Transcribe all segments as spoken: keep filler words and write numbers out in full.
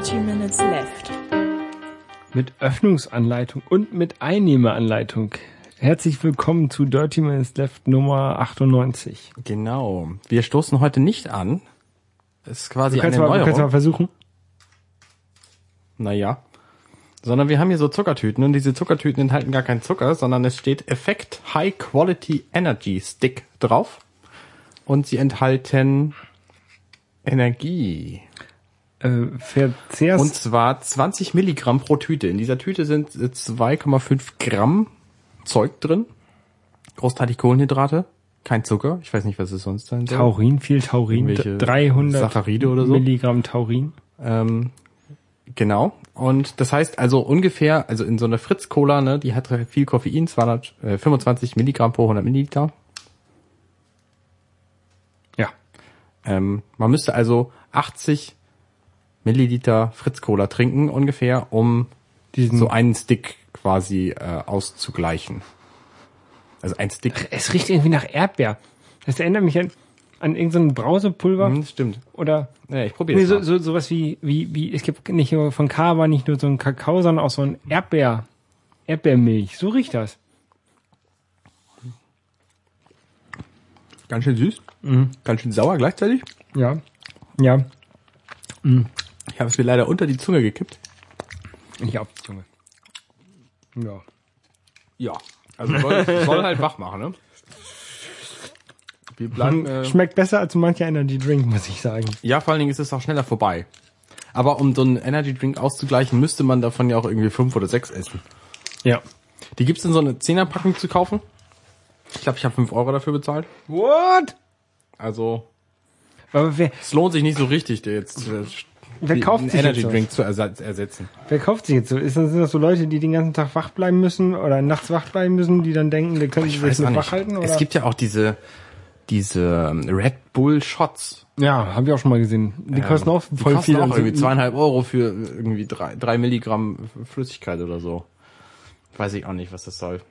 Dirty Minutes Left. Mit Öffnungsanleitung und mit Einnehmeranleitung. Herzlich willkommen zu Dirty Minutes Left Nummer achtundneunzig. Genau. Wir stoßen heute nicht an. Das ist quasi eine mal, Neuerung. Du kannst mal versuchen. Naja. Sondern wir haben hier so Zuckertüten und diese Zuckertüten enthalten gar keinen Zucker, sondern es steht Effect High Quality Energy Stick drauf. Und sie enthalten Energie. Äh, Verzehrs... Und zwar zwanzig Milligramm pro Tüte. In dieser Tüte sind zwei Komma fünf Gramm Zeug drin. Großteilig Kohlenhydrate. Kein Zucker. Ich weiß nicht, was es sonst sein soll. Taurin, viel Taurin. Irgendwelche dreihundert Saccharide oder so. Milligramm Taurin. Ähm, genau. Und das heißt also ungefähr, also in so einer Fritz-Cola, ne, die hat viel Koffein, zweihundertfünfundzwanzig Milligramm pro hundert Milliliter. Ja. Ähm, man müsste also achtzig Milliliter Fritz-Cola trinken ungefähr, um Diesen so einen Stick quasi äh, auszugleichen. Also ein Stick. Es riecht irgendwie nach Erdbeer. Das erinnert mich an, an irgendein Brausepulver. Hm, stimmt. Oder Ja, ich probiere nee, es so, mal. so sowas wie, wie, wie, es gibt nicht nur von Kaba nicht nur so ein Kakao, sondern auch so ein Erdbeer, Erdbeermilch. So riecht das. Ganz schön süß. Mhm. Ganz schön sauer gleichzeitig. Ja. Ja. Ich habe es mir leider unter die Zunge gekippt. Ich auf die Zunge. Ja. Ja. Also soll, soll halt wach machen, ne? Wir bleiben, äh, Schmeckt besser als so mancher Energy Drink, muss ich sagen. ja, vor allen Dingen ist es auch schneller vorbei. Aber um so einen Energy Drink auszugleichen, müsste man davon ja auch irgendwie fünf oder sechs essen. Ja. Die gibt's in so eine Zehnerpackung zu kaufen. Ich glaube, ich habe fünf Euro dafür bezahlt. What? Also, Aber wer, es lohnt sich nicht so richtig, dir jetzt äh, wer die- kauft einen sich Energy jetzt Drink zu ersa- ersetzen. wer kauft sich jetzt so? Ist das, sind das so Leute, die den ganzen Tag wach bleiben müssen oder nachts wach bleiben müssen, die dann denken, die können sich jetzt auch nicht wach halten? Oder? Es gibt ja auch diese diese ähm, Red Bull Shots. Ja, habe ich auch schon mal gesehen. Die kosten auch Die voll kosten viel. auch und irgendwie sind- zweieinhalb Euro für irgendwie drei, drei Milligramm Flüssigkeit oder so. Weiß ich auch nicht, was das soll.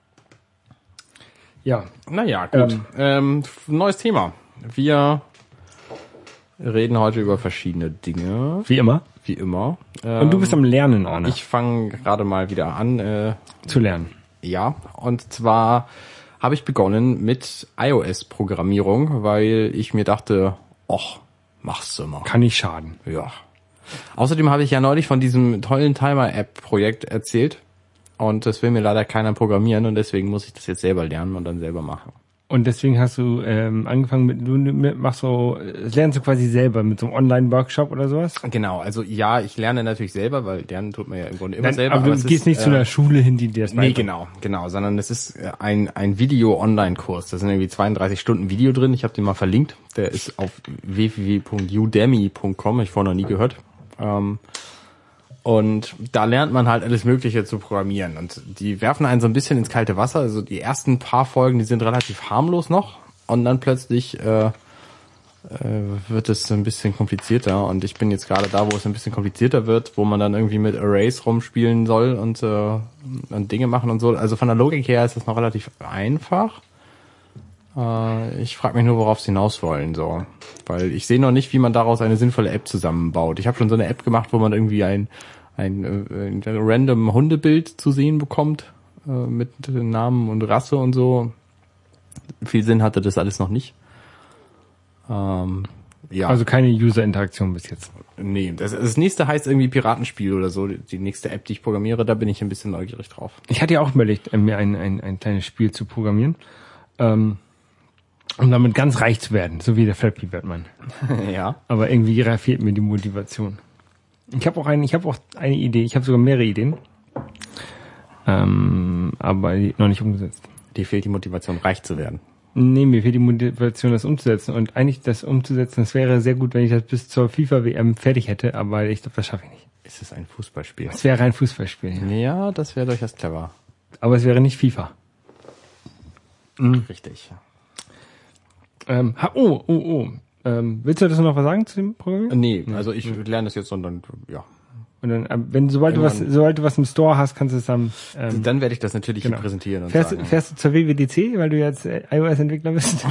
Ja. Naja, gut. Ähm. Ähm, neues Thema. Wir reden heute über verschiedene Dinge, Wie immer. wie immer. Ähm, Und du bist am Lernen, Arne. Ich fange gerade mal wieder an. Äh, zu lernen. ja, und zwar habe ich begonnen mit iOS-Programmierung, weil ich mir dachte, och, machst du mal. Kann nicht schaden. Ja. Außerdem habe ich ja neulich von diesem tollen Timer-App-Projekt erzählt. Und das will mir leider keiner programmieren und deswegen muss ich das jetzt selber lernen und dann selber machen. Und deswegen hast du ähm, angefangen mit, du mit, machst so, das lernst du quasi selber mit so einem Online-Workshop oder sowas? Genau, also ja, ich lerne natürlich selber, weil lernen tut man ja im Grunde immer Dann, selber. aber du es gehst ist, nicht zu äh, einer Schule hin, die dir das Nee, beibringt. genau, genau, sondern es ist äh, ein ein Video-Online-Kurs. Da sind irgendwie zweiunddreißig Stunden Video drin. Ich habe den mal verlinkt. Der ist auf w w w punkt udemy punkt com. Hab ich vorher noch nie gehört. Ähm, Und da lernt man halt alles Mögliche zu programmieren. Und die werfen einen so ein bisschen ins kalte Wasser. Also die ersten paar Folgen, die sind relativ harmlos noch. Und dann plötzlich äh, äh, wird es ein bisschen komplizierter. Und ich bin jetzt gerade da, wo es ein bisschen komplizierter wird, wo man dann irgendwie mit Arrays rumspielen soll und, äh, und Dinge machen und so. Also von der Logik her ist das noch relativ einfach. Äh, ich frage mich nur, worauf sie hinaus wollen. So, weil ich sehe noch nicht, wie man daraus eine sinnvolle App zusammenbaut. Ich habe schon so eine App gemacht, wo man irgendwie ein ein, äh, ein random Hundebild zu sehen bekommt, äh, mit Namen und Rasse und so. Viel Sinn hatte das alles noch nicht. Ähm, ja. Also keine User-Interaktion bis jetzt. Nee, das, das nächste heißt irgendwie Piratenspiel oder so, die nächste App, die ich programmiere, da bin ich ein bisschen neugierig drauf. Ich hatte ja auch überlegt, mir ein, ein, ein kleines Spiel zu programmieren, ähm, um damit ganz reich zu werden, so wie der Flappy Birdman. Ja. Aber irgendwie fehlt mir die Motivation. Ich habe auch eine, ich habe auch eine Idee. Ich habe sogar mehrere Ideen, ähm, aber die noch nicht umgesetzt. Dir fehlt die Motivation, reich zu werden. Nee, mir fehlt die Motivation, das umzusetzen. Und eigentlich das umzusetzen, das wäre sehr gut, wenn ich das bis zur FIFA-W M fertig hätte, aber ich glaube, das schaffe ich nicht. Ist es ein Fußballspiel? Es wäre ein Fußballspiel, ja. Ja, das wäre durchaus clever. Aber es wäre nicht FIFA. Mhm. Richtig. Ähm, ha, oh, oh, oh. Ähm, willst du das noch was sagen zu dem Programm? Nee, also ich lerne das jetzt und dann, ja. Und dann, wenn sobald du was, sobald du was im Store hast, kannst du es dann. Ähm, dann werde ich das natürlich genau. präsentieren. Und fährst, sagen. fährst du zur W W D C, weil du jetzt iOS-Entwickler bist?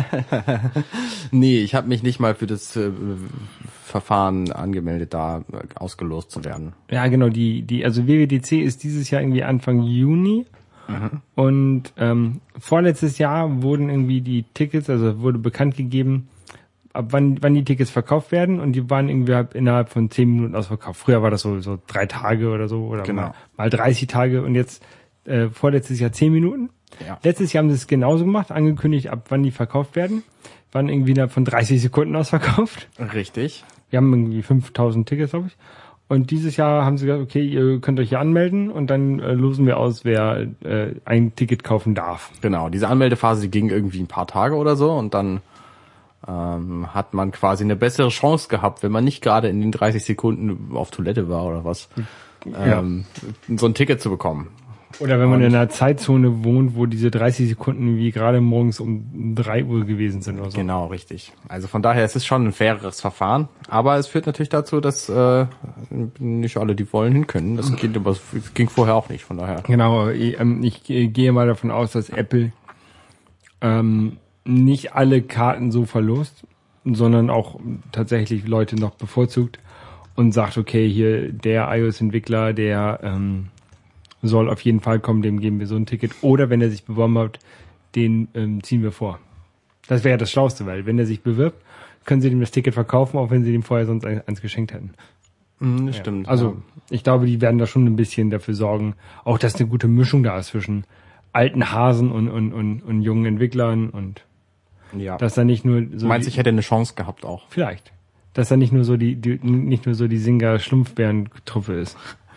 Nee, ich habe mich nicht mal für das äh, Verfahren angemeldet, da äh, ausgelost zu werden. Ja, genau. Die, die, also W W D C ist dieses Jahr irgendwie Anfang Juni. Mhm. Und ähm, vorletztes Jahr wurden irgendwie die Tickets, also wurde bekannt gegeben, ab wann, wann die Tickets verkauft werden, und die waren irgendwie halt innerhalb von zehn Minuten ausverkauft. Früher war das so, so drei Tage oder so, oder genau. mal, mal dreißig Tage, und jetzt, äh, vorletztes Jahr zehn Minuten. Ja. Letztes Jahr haben sie es genauso gemacht, angekündigt, ab wann die verkauft werden. Waren irgendwie innerhalb von dreißig Sekunden ausverkauft. Richtig. Wir haben irgendwie fünftausend Tickets, glaube ich. Und dieses Jahr haben sie gesagt, okay, ihr könnt euch hier anmelden, und dann äh, losen wir aus, wer äh, ein Ticket kaufen darf. Genau, diese Anmeldephase, die ging irgendwie ein paar Tage oder so, und dann ähm, hat man quasi eine bessere Chance gehabt, wenn man nicht gerade in den dreißig Sekunden auf Toilette war oder was, ja. ähm, so ein Ticket zu bekommen. Oder wenn man und in einer Zeitzone wohnt, wo diese dreißig Sekunden wie gerade morgens um drei Uhr gewesen sind oder so. Genau, richtig. Also von daher, es ist schon ein faireres Verfahren, aber es führt natürlich dazu, dass äh, nicht alle, die wollen, hin können. Das geht, aber es ging vorher auch nicht, von daher. Genau, ich, ähm, ich gehe mal davon aus, dass Apple ähm, nicht alle Karten so verlost, sondern auch tatsächlich Leute noch bevorzugt und sagt, okay, hier der iOS-Entwickler, der ähm, soll auf jeden Fall kommen, dem geben wir so ein Ticket. Oder wenn er sich beworben hat, den ähm, ziehen wir vor. Das wäre ja das Schlauste, weil wenn er sich bewirbt, können sie dem das Ticket verkaufen, auch wenn sie dem vorher sonst eins geschenkt hätten. Mm, das ja. stimmt. Also ja. ich glaube, die werden da schon ein bisschen dafür sorgen, auch dass eine gute Mischung da ist zwischen alten Hasen und, und, und, und jungen Entwicklern, und ja. dass da nicht nur so. Du meinst, ich hätte eine Chance gehabt auch? Vielleicht. Dass da nicht nur so die, die nicht nur so die Singer-Schlumpfbären-Truppe ist.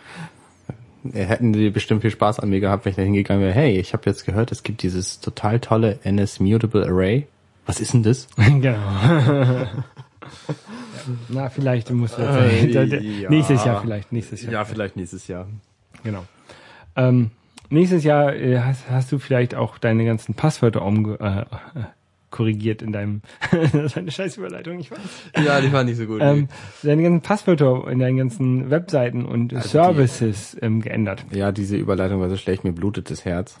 Hätten die bestimmt viel Spaß an mir gehabt, wenn ich da hingegangen wäre. Hey, ich habe jetzt gehört, es gibt dieses total tolle N S Mutable Array. Was ist denn das? Genau. Na, vielleicht musst du jetzt äh, ja. nächstes Jahr vielleicht, nächstes Jahr. Ja, vielleicht nächstes Jahr. Genau. Ähm, nächstes Jahr äh, hast, hast du vielleicht auch deine ganzen Passwörter umge äh, äh, korrigiert in deinem, das ist eine scheiß Überleitung, ich weiß. Ja, die war nicht so gut. Ähm, deine ganzen Passwörter in deinen ganzen Webseiten und also Services die, ähm, geändert. Ja, diese Überleitung war so schlecht, mir blutet das Herz.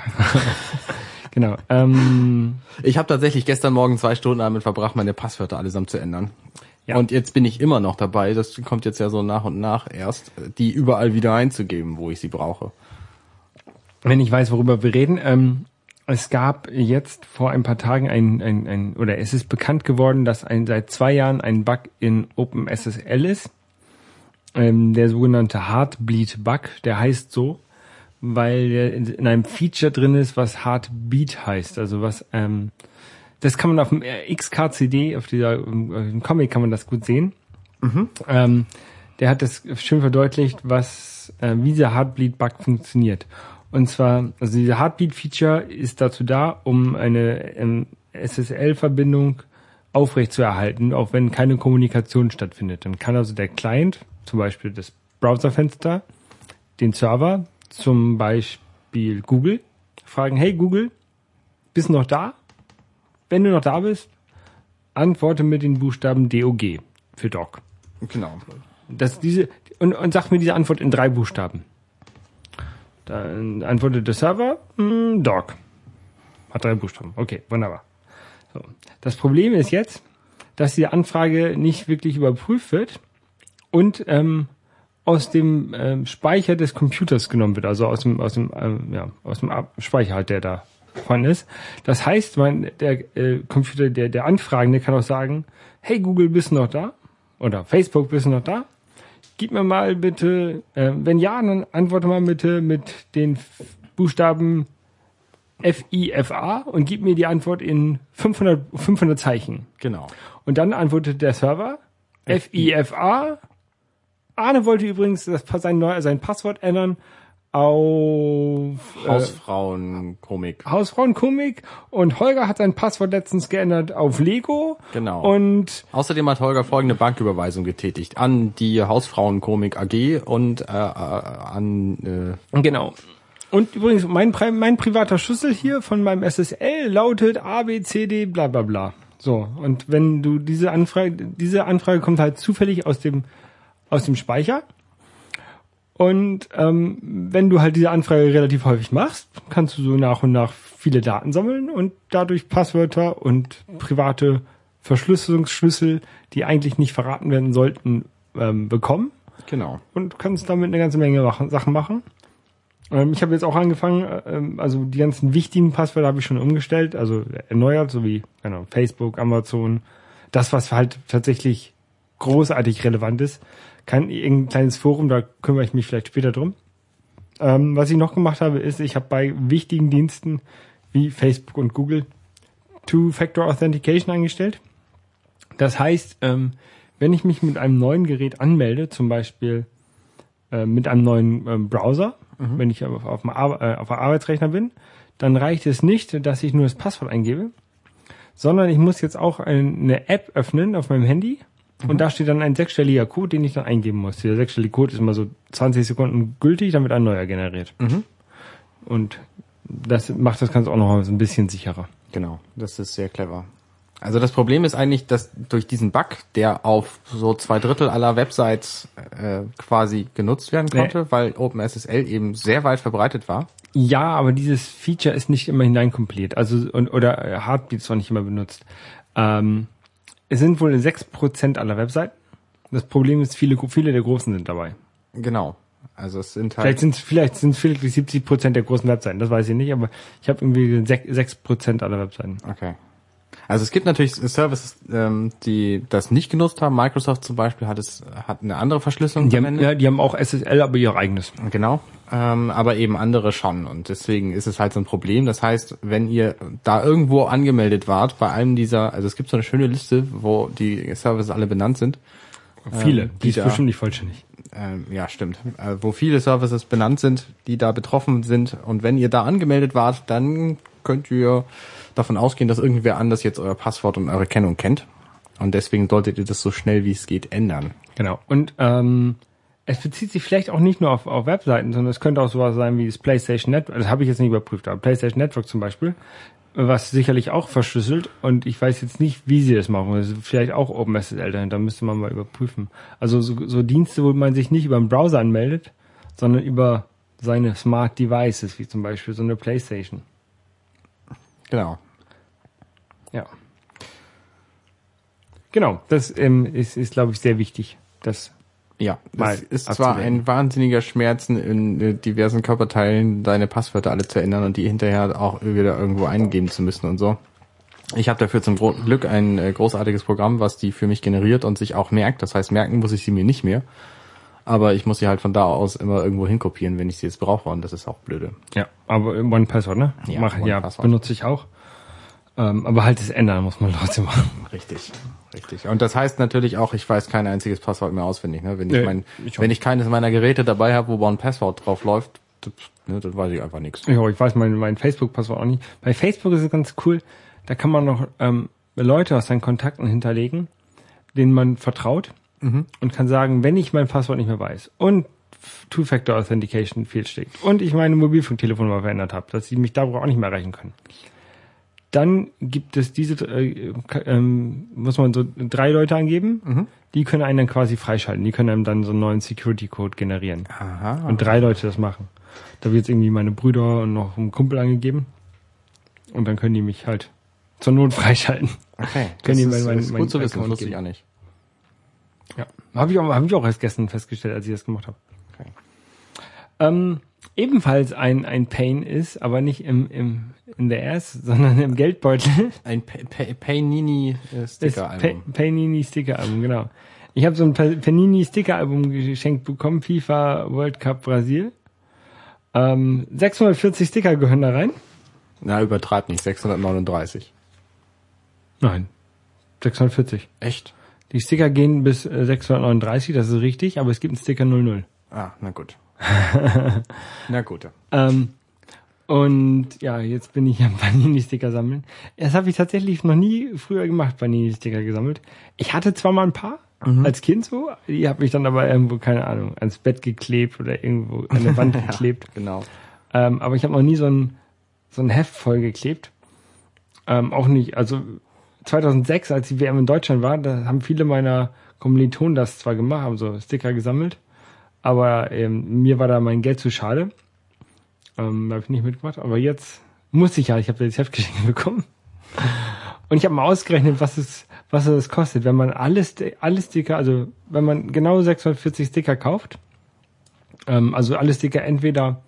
Genau. Ähm, ich habe tatsächlich gestern Morgen zwei Stunden damit verbracht, meine Passwörter allesamt zu ändern. Ja. Und jetzt bin ich immer noch dabei, das kommt jetzt ja so nach und nach erst, die überall wieder einzugeben, wo ich sie brauche. Wenn ich weiß, worüber wir reden, ähm, es gab jetzt vor ein paar Tagen ein, ein, ein, oder es ist bekannt geworden, dass ein, seit zwei Jahren ein Bug in OpenSSL ist. Ähm, der sogenannte Heartbleed-Bug, der heißt so, weil der in, in einem Feature drin ist, was Heartbeat heißt. Also was, ähm, das kann man auf dem X K C D, auf dieser im Comic kann man das gut sehen. Mhm. Ähm, der hat das schön verdeutlicht, was, äh, wie dieser Heartbleed-Bug funktioniert. Und zwar, also dieser Heartbeat-Feature ist dazu da, um eine ähm, S S L-Verbindung aufrechtzuerhalten, auch wenn keine Kommunikation stattfindet. Dann kann also der Client, zum Beispiel das Browserfenster, den Server, zum Beispiel Google, fragen, hey Google, bist du noch da? Wenn du noch da bist, antworte mit den Buchstaben D O G für Dog. Genau. Das, diese, und, und sag mir diese Antwort in drei Buchstaben. Dann antwortet der Server, mh, Dog. Hat drei Buchstaben. Okay, wunderbar. So. Das Problem ist jetzt, dass die Anfrage nicht wirklich überprüft wird und ähm, aus dem ähm, Speicher des Computers genommen wird, also aus dem aus dem ähm, ja aus dem Ab- Speicher halt, der da vorhanden ist. Das heißt, man der äh, Computer, der der Anfragende kann auch sagen, hey Google, bist du noch da? Oder Facebook, bist du noch da? Gib mir mal bitte, äh, wenn ja, dann antworte mal bitte mit den F- Buchstaben F I F A und gib mir die Antwort in fünfhundert, fünfhundert Zeichen. Genau. Und dann antwortet der Server F I F A. Arne wollte übrigens das, sein, neu, sein Passwort ändern auf äh, Hausfrauenkomik. Hausfrauenkomik, und Holger hat sein Passwort letztens geändert auf Lego. Genau. Und außerdem hat Holger folgende Banküberweisung getätigt an die Hausfrauenkomik A G und äh, an äh, genau. Und übrigens, mein, mein privater Schlüssel hier von meinem S S L lautet A B C D bla bla bla. So, und wenn du diese Anfrage, diese Anfrage kommt halt zufällig aus dem aus dem Speicher. Und ähm, wenn du halt diese Anfrage relativ häufig machst, kannst du so nach und nach viele Daten sammeln und dadurch Passwörter und private Verschlüsselungsschlüssel, die eigentlich nicht verraten werden sollten, ähm, bekommen. Genau. Und kannst damit eine ganze Menge machen, Sachen machen. Ähm, ich habe jetzt auch angefangen, ähm, also die ganzen wichtigen Passwörter habe ich schon umgestellt, also erneuert, so wie genau, Facebook, Amazon, das, was halt tatsächlich großartig relevant ist. Kein irgendein kleines Forum, da kümmere ich mich vielleicht später drum. Ähm, was ich noch gemacht habe, ist, ich habe bei wichtigen Diensten wie Facebook und Google Two-Factor Authentication eingestellt. Das heißt, ähm, wenn ich mich mit einem neuen Gerät anmelde, zum Beispiel äh, mit einem neuen ähm, Browser, mhm. wenn ich auf, auf, dem Ar- äh, auf einem Arbeitsrechner bin, dann reicht es nicht, dass ich nur das Passwort eingebe, sondern ich muss jetzt auch eine App öffnen auf meinem Handy mhm. und da steht dann ein sechsstelliger Code, den ich dann eingeben muss. Dieser sechsstellige Code ist immer so zwanzig Sekunden gültig, dann wird ein neuer generiert. Mhm. Und das macht das Ganze auch noch so ein bisschen sicherer. Genau, das ist sehr clever. Also das Problem ist eigentlich, dass durch diesen Bug, der auf so zwei Drittel aller Websites äh, quasi genutzt werden konnte, nee. weil OpenSSL eben sehr weit verbreitet war. Ja, aber dieses Feature ist nicht immer hineinkomplet, also und oder Heartbeat ist auch nicht immer benutzt. Ähm, es sind wohl sechs Prozent aller Webseiten. Das Problem ist, viele viele der großen sind dabei. Genau. Also es sind halt vielleicht sind vielleicht sind es wirklich siebzig Prozent der großen Webseiten, das weiß ich nicht, aber ich habe irgendwie sechs Prozent aller Webseiten. Okay. Also es gibt natürlich Services, ähm, die das nicht genutzt haben. Microsoft zum Beispiel hat es hat eine andere Verschlüsselung. Die haben, ja, die haben auch S S L, aber ihr eigenes. Genau, ähm, aber eben andere schon. Und deswegen ist es halt so ein Problem. Das heißt, wenn ihr da irgendwo angemeldet wart, bei einem dieser, also es gibt so eine schöne Liste, wo die Services alle benannt sind. Viele, ähm, die, die ist da, bestimmt nicht vollständig. Ähm, ja, stimmt. Äh, wo viele Services benannt sind, die da betroffen sind. Und wenn ihr da angemeldet wart, dann könnt ihr davon ausgehen, dass irgendwer anders jetzt euer Passwort und eure Kennung kennt. Und deswegen solltet ihr das so schnell wie es geht ändern. Genau. Und ähm, es bezieht sich vielleicht auch nicht nur auf, auf Webseiten, sondern es könnte auch sowas sein wie das PlayStation Network. Das habe ich jetzt nicht überprüft, aber PlayStation Network zum Beispiel, was sicherlich auch verschlüsselt. Und ich weiß jetzt nicht, wie sie das machen. Das ist vielleicht auch OpenSSL dahinter, müsste man mal überprüfen. Also so, so Dienste, wo man sich nicht über einen Browser anmeldet, sondern über seine Smart Devices, wie zum Beispiel so eine PlayStation. Genau. Ja. Genau, das ähm, ist, ist glaube ich, sehr wichtig. Das ja, das ist zwar ein wahnsinniger Schmerz, in diversen Körperteilen deine Passwörter alle zu ändern und die hinterher auch wieder irgendwo eingeben zu müssen und so. Ich habe dafür zum Glück ein äh, großartiges Programm, was die für mich generiert und sich auch merkt. Das heißt, merken muss ich sie mir nicht mehr. Aber ich muss sie halt von da aus immer irgendwo hinkopieren, wenn ich sie jetzt brauche, und das ist auch blöde. Ja, aber One Password, ne? Ja, Mach, One ja Password. benutze ich auch. Ähm, aber halt das ändern muss man trotzdem machen. Richtig, richtig. Und das heißt natürlich auch, ich weiß kein einziges Passwort mehr auswendig. Ne? Wenn ich nee, mein, ich wenn ich keines meiner Geräte dabei habe, wo One Password drauf läuft, das, ne, dann weiß ich einfach nichts. Ja, ich weiß mein, mein Facebook-Passwort auch nicht. Bei Facebook ist es ganz cool, da kann man noch ähm, Leute aus seinen Kontakten hinterlegen, denen man vertraut. Mhm. Und kann sagen, wenn ich mein Passwort nicht mehr weiß und Two-Factor Authentication fehlschlägt und ich meine Mobilfunktelefonnummer verändert habe, dass sie mich darüber auch nicht mehr erreichen können, dann gibt es diese, äh, ähm, muss man so drei Leute angeben, mhm. die können einen dann quasi freischalten, die können einem dann so einen neuen Security-Code generieren. Aha. Und drei Leute das machen. Da wird jetzt irgendwie meine Brüder und noch ein Kumpel angegeben und dann können die mich halt zur Not freischalten. Okay, können das die ist, mein, mein, ist mein gut zu wissen, Account das wusste ich geben. auch nicht. Ja, habe ich auch, habe ich auch erst gestern festgestellt, als ich das gemacht habe. Okay. Ähm, ebenfalls ein ein Pain ist, aber nicht im im in der Ass, sondern im Geldbeutel. Ein Pa- Pa- Panini-Sticker-Album. Pa- Panini-Sticker-Album, genau. Ich habe so ein Pa- Panini-Sticker-Album geschenkt bekommen, FIFA World Cup Brasil. Ähm, sechshundertvierzig Sticker gehören da rein. Na, übertreib nicht, sechshundertneununddreißig. Nein, sechshundertvierzig. Echt? Die Sticker gehen bis äh, sechshundertneununddreißig, das ist richtig, aber es gibt einen Sticker null null. Ah, na gut. Na gut. Ähm, und ja, jetzt bin ich am Panini-Sticker sammeln. Das habe ich tatsächlich noch nie früher gemacht, Panini-Sticker gesammelt. Ich hatte zwar mal ein paar, mhm. als Kind so, die habe ich dann aber irgendwo, keine Ahnung, ans Bett geklebt oder irgendwo an der Wand geklebt. Ja, genau. Ähm, aber ich habe noch nie so ein, so ein Heft voll geklebt. Ähm, auch nicht, also zweitausendsechs, als die W M in Deutschland war, da haben viele meiner Kommilitonen das zwar gemacht, haben so Sticker gesammelt, Aber ähm, mir war da mein Geld zu schade. Ähm, da habe ich nicht mitgemacht. Aber jetzt muss ich ja, ich habe das Heft geschenkt bekommen. Und ich habe mal ausgerechnet, was es, was es kostet, wenn man alles, alle Sticker, also wenn man genau sechshundertvierzig Sticker kauft, ähm, also alle Sticker entweder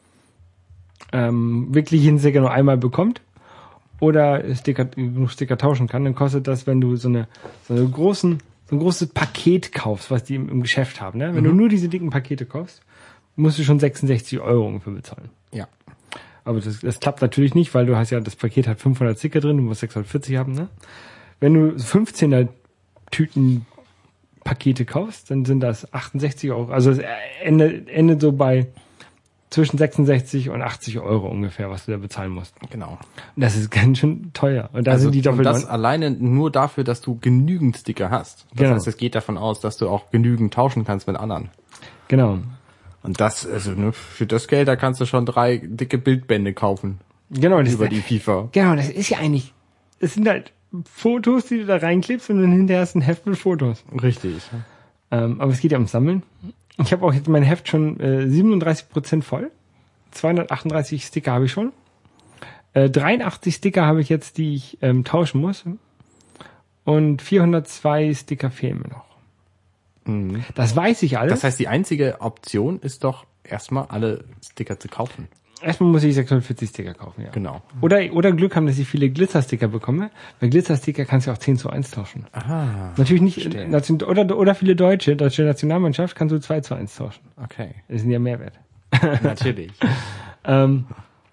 ähm, wirklich jeden Sticker nur einmal bekommt oder Sticker, genug Sticker tauschen kann, dann kostet das, wenn du so eine, so eine großen, so ein großes Paket kaufst, was die im, im Geschäft haben, ne? Wenn mhm. du nur diese dicken Pakete kaufst, musst du schon sechsundsechzig Euro ungefähr bezahlen. Ja. Aber das, das klappt natürlich nicht, weil du hast ja, das Paket hat fünfhundert Sticker drin, du musst sechshundertvierzig haben, ne? Wenn du fünfzehner Tüten Pakete kaufst, dann sind das achtundsechzig Euro. Also es endet, endet so bei zwischen sechsundsechzig und achtzig Euro ungefähr, was du da bezahlen musst. Genau. Und das ist ganz schön teuer. Und da also, sind die doppelt. Und das alleine nur dafür, dass du genügend Sticker hast. Das genau. heißt, es geht davon aus, dass du auch genügend tauschen kannst mit anderen. Genau. Und das, also ne, für das Geld, da kannst du schon drei dicke Bildbände kaufen. Genau. Das über ist, die FIFA. Genau, das ist ja eigentlich, es sind halt Fotos, die du da reinklebst und dann hinterher hast du ein Heft mit Fotos. Richtig. Ähm, aber es geht ja ums Sammeln. Ich habe auch jetzt mein Heft schon äh, siebenunddreißig Prozent voll. zweihundertachtunddreißig Sticker habe ich schon. Äh, dreiundachtzig Sticker habe ich jetzt, die ich ähm, tauschen muss. Und vierhundertzwei Sticker fehlen mir noch. Mhm. Das weiß ich alles. Das heißt, die einzige Option ist doch erstmal alle Sticker zu kaufen. Erstmal muss ich sechshundertvierzig Sticker kaufen, ja. Genau. Oder, oder Glück haben, dass ich viele Glitzersticker bekomme. Weil Glitzersticker kannst du auch zehn zu eins tauschen. Aha. Natürlich nicht, Nation, oder, oder viele Deutsche, deutsche Nationalmannschaft kannst du zwei zu eins tauschen. Okay. Das sind ja Mehrwert. Natürlich. ähm,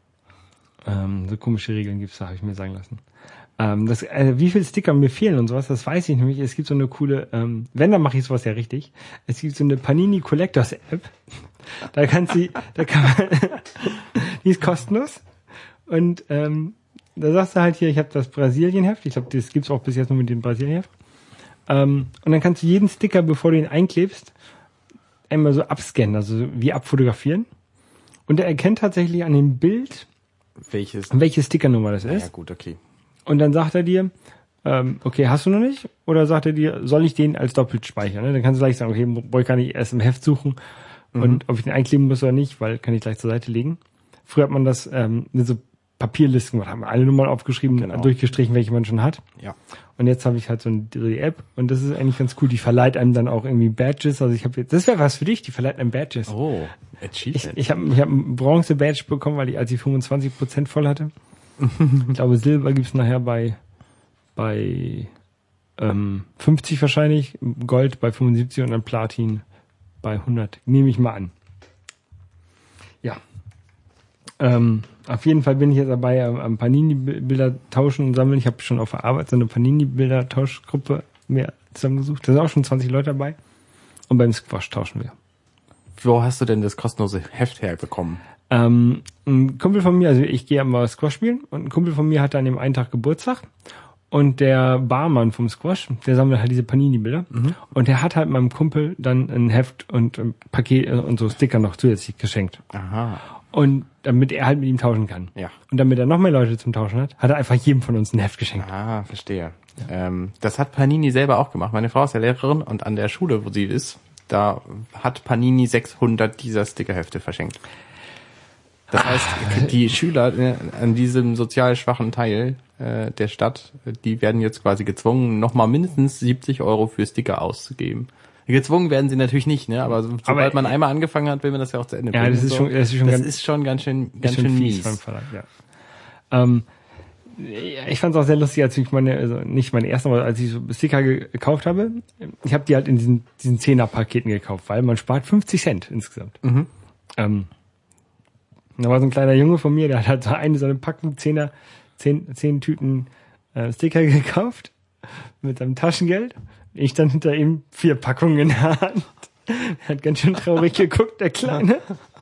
ähm, so komische Regeln gibt's da, habe ich mir sagen lassen. Ähm, das, äh, wie viele Sticker mir fehlen und sowas, das weiß ich nämlich. Es gibt so eine coole, ähm, wenn, dann mache ich sowas ja richtig. Es gibt so eine Panini Collectors App. Da kannst du, da kann man, die ist kostenlos. Und ähm, da sagst du halt hier, ich habe das Brasilien-Heft. Ich glaube, das gibt's auch bis jetzt nur mit dem Brasilien-Heft. Ähm, und dann kannst du jeden Sticker, bevor du ihn einklebst, einmal so abscannen, also wie abfotografieren. Und er erkennt tatsächlich an dem Bild, welches, welche Stickernummer das ist. Ja gut, okay. Und dann sagt er dir, ähm, okay, hast du noch nicht? Oder sagt er dir, soll ich den als doppelt speichern? Ne? Dann kannst du gleich sagen, okay, boah, kann ich erst im Heft suchen mhm. und ob ich den einkleben muss oder nicht, weil kann ich gleich zur Seite legen. Früher hat man das ähm, mit so Papierlisten gemacht, haben alle Nummern aufgeschrieben, genau. durchgestrichen, welche man schon hat. Ja. Und jetzt habe ich halt so eine die App und das ist eigentlich ganz cool. Die verleiht einem dann auch irgendwie Badges. Also ich habe jetzt, das wäre was für dich, die verleiht einem Badges. Oh, Achievement. Ich, ich habe ich hab ein Bronze-Badge bekommen, weil ich, als ich fünfundzwanzig Prozent voll hatte. Ich glaube, Silber gibt's nachher bei bei ähm, fünfzig wahrscheinlich, Gold bei fünfundsiebzig und dann Platin bei hundert. Nehme ich mal an. Ja. Ähm, auf jeden Fall bin ich jetzt dabei am, am Panini-Bilder tauschen und sammeln. Ich habe schon auf der Arbeit so eine Panini-Bilder-Tauschgruppe mir zusammengesucht. Da sind auch schon zwanzig Leute dabei. Und beim Squash tauschen wir. Wo hast du denn das kostenlose Heft herbekommen? Ähm, ein Kumpel von mir, also ich gehe mal Squash spielen und ein Kumpel von mir hat an dem einen Tag Geburtstag und der Barmann vom Squash, der sammelt halt diese Panini-Bilder mhm. und der hat halt meinem Kumpel dann ein Heft und ein Paket und so Sticker noch zusätzlich geschenkt. Aha. Und damit er halt mit ihm tauschen kann. Ja. Und damit er noch mehr Leute zum Tauschen hat, hat er einfach jedem von uns ein Heft geschenkt. Ah, verstehe. Ja. Ähm, das hat Panini selber auch gemacht. Meine Frau ist ja Lehrerin und an der Schule, wo sie ist, da hat Panini sechshundert dieser Stickerhefte verschenkt. Das heißt, die Schüler an diesem sozial schwachen Teil äh, der Stadt, die werden jetzt quasi gezwungen, nochmal mindestens siebzig Euro für Sticker auszugeben. Gezwungen werden sie natürlich nicht, ne? Aber sobald Aber, man einmal angefangen hat, will man das ja auch zu Ende bringen. Ja, das ist so. schon, das ist schon, das ganz, ist schon ganz schön, ganz schön mies. Verlag, ja. ähm, ich fand es auch sehr lustig, als ich meine, also nicht meine erste, aber als ich so Sticker gekauft habe, ich habe die halt in diesen diesen Zehner-Paketen gekauft, weil man spart fünfzig Cent insgesamt. Mhm. Ähm, da war so ein kleiner Junge von mir, der hat halt so eine so eine Packung Zehner, zehn, zehn Tüten äh, Sticker gekauft mit seinem Taschengeld. Ich dann hinter ihm vier Packungen in der Hand. Er hat ganz schön traurig geguckt, der Kleine.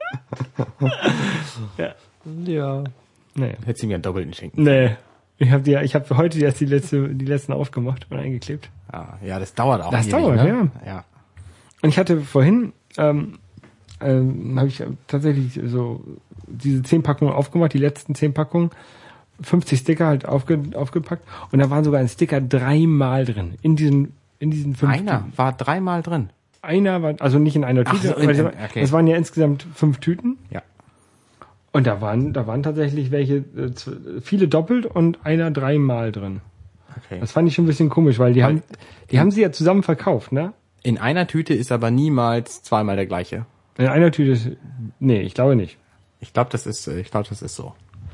ja. Ja. Nee. Hättest du mir einen doppelten schenken. Nee. Ich habe die, ich habe heute erst die letzte, die letzten aufgemacht und eingeklebt. Ah, ja, das dauert auch. Das dauert, ne? ja. Ja. Und ich hatte vorhin, ähm, ähm, habe ich tatsächlich so diese zehn Packungen aufgemacht, die letzten zehn Packungen, fünfzig Sticker halt aufge, aufgepackt und da waren sogar ein Sticker dreimal drin in diesen in diesen fünf. Einer war dreimal drin. einer war, also nicht in einer Ach Tüte, so, in- weil in- okay. es waren ja insgesamt fünf Tüten. Ja. Und da waren, da waren tatsächlich welche, äh, z- viele doppelt und einer dreimal drin. Okay. Das fand ich schon ein bisschen komisch, weil die Weil- haben, die haben sie ja zusammen verkauft, ne? In einer Tüte ist aber niemals zweimal der gleiche. In einer Tüte ist, nee, ich glaube nicht. Ich glaube, das ist, ich glaube, das ist so.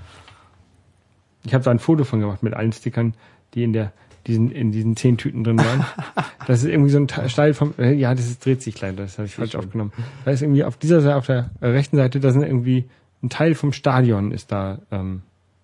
Ich habe da ein Foto von gemacht mit allen Stickern, die in der, diesen, in diesen zehn Tüten drin waren. Das ist irgendwie so ein Te- Teil vom, äh, ja, das ist, dreht sich leider, das habe ich falsch aufgenommen. Da ist irgendwie auf dieser Seite, auf der äh, rechten Seite, da sind irgendwie ein Teil vom Stadion ist da, ähm,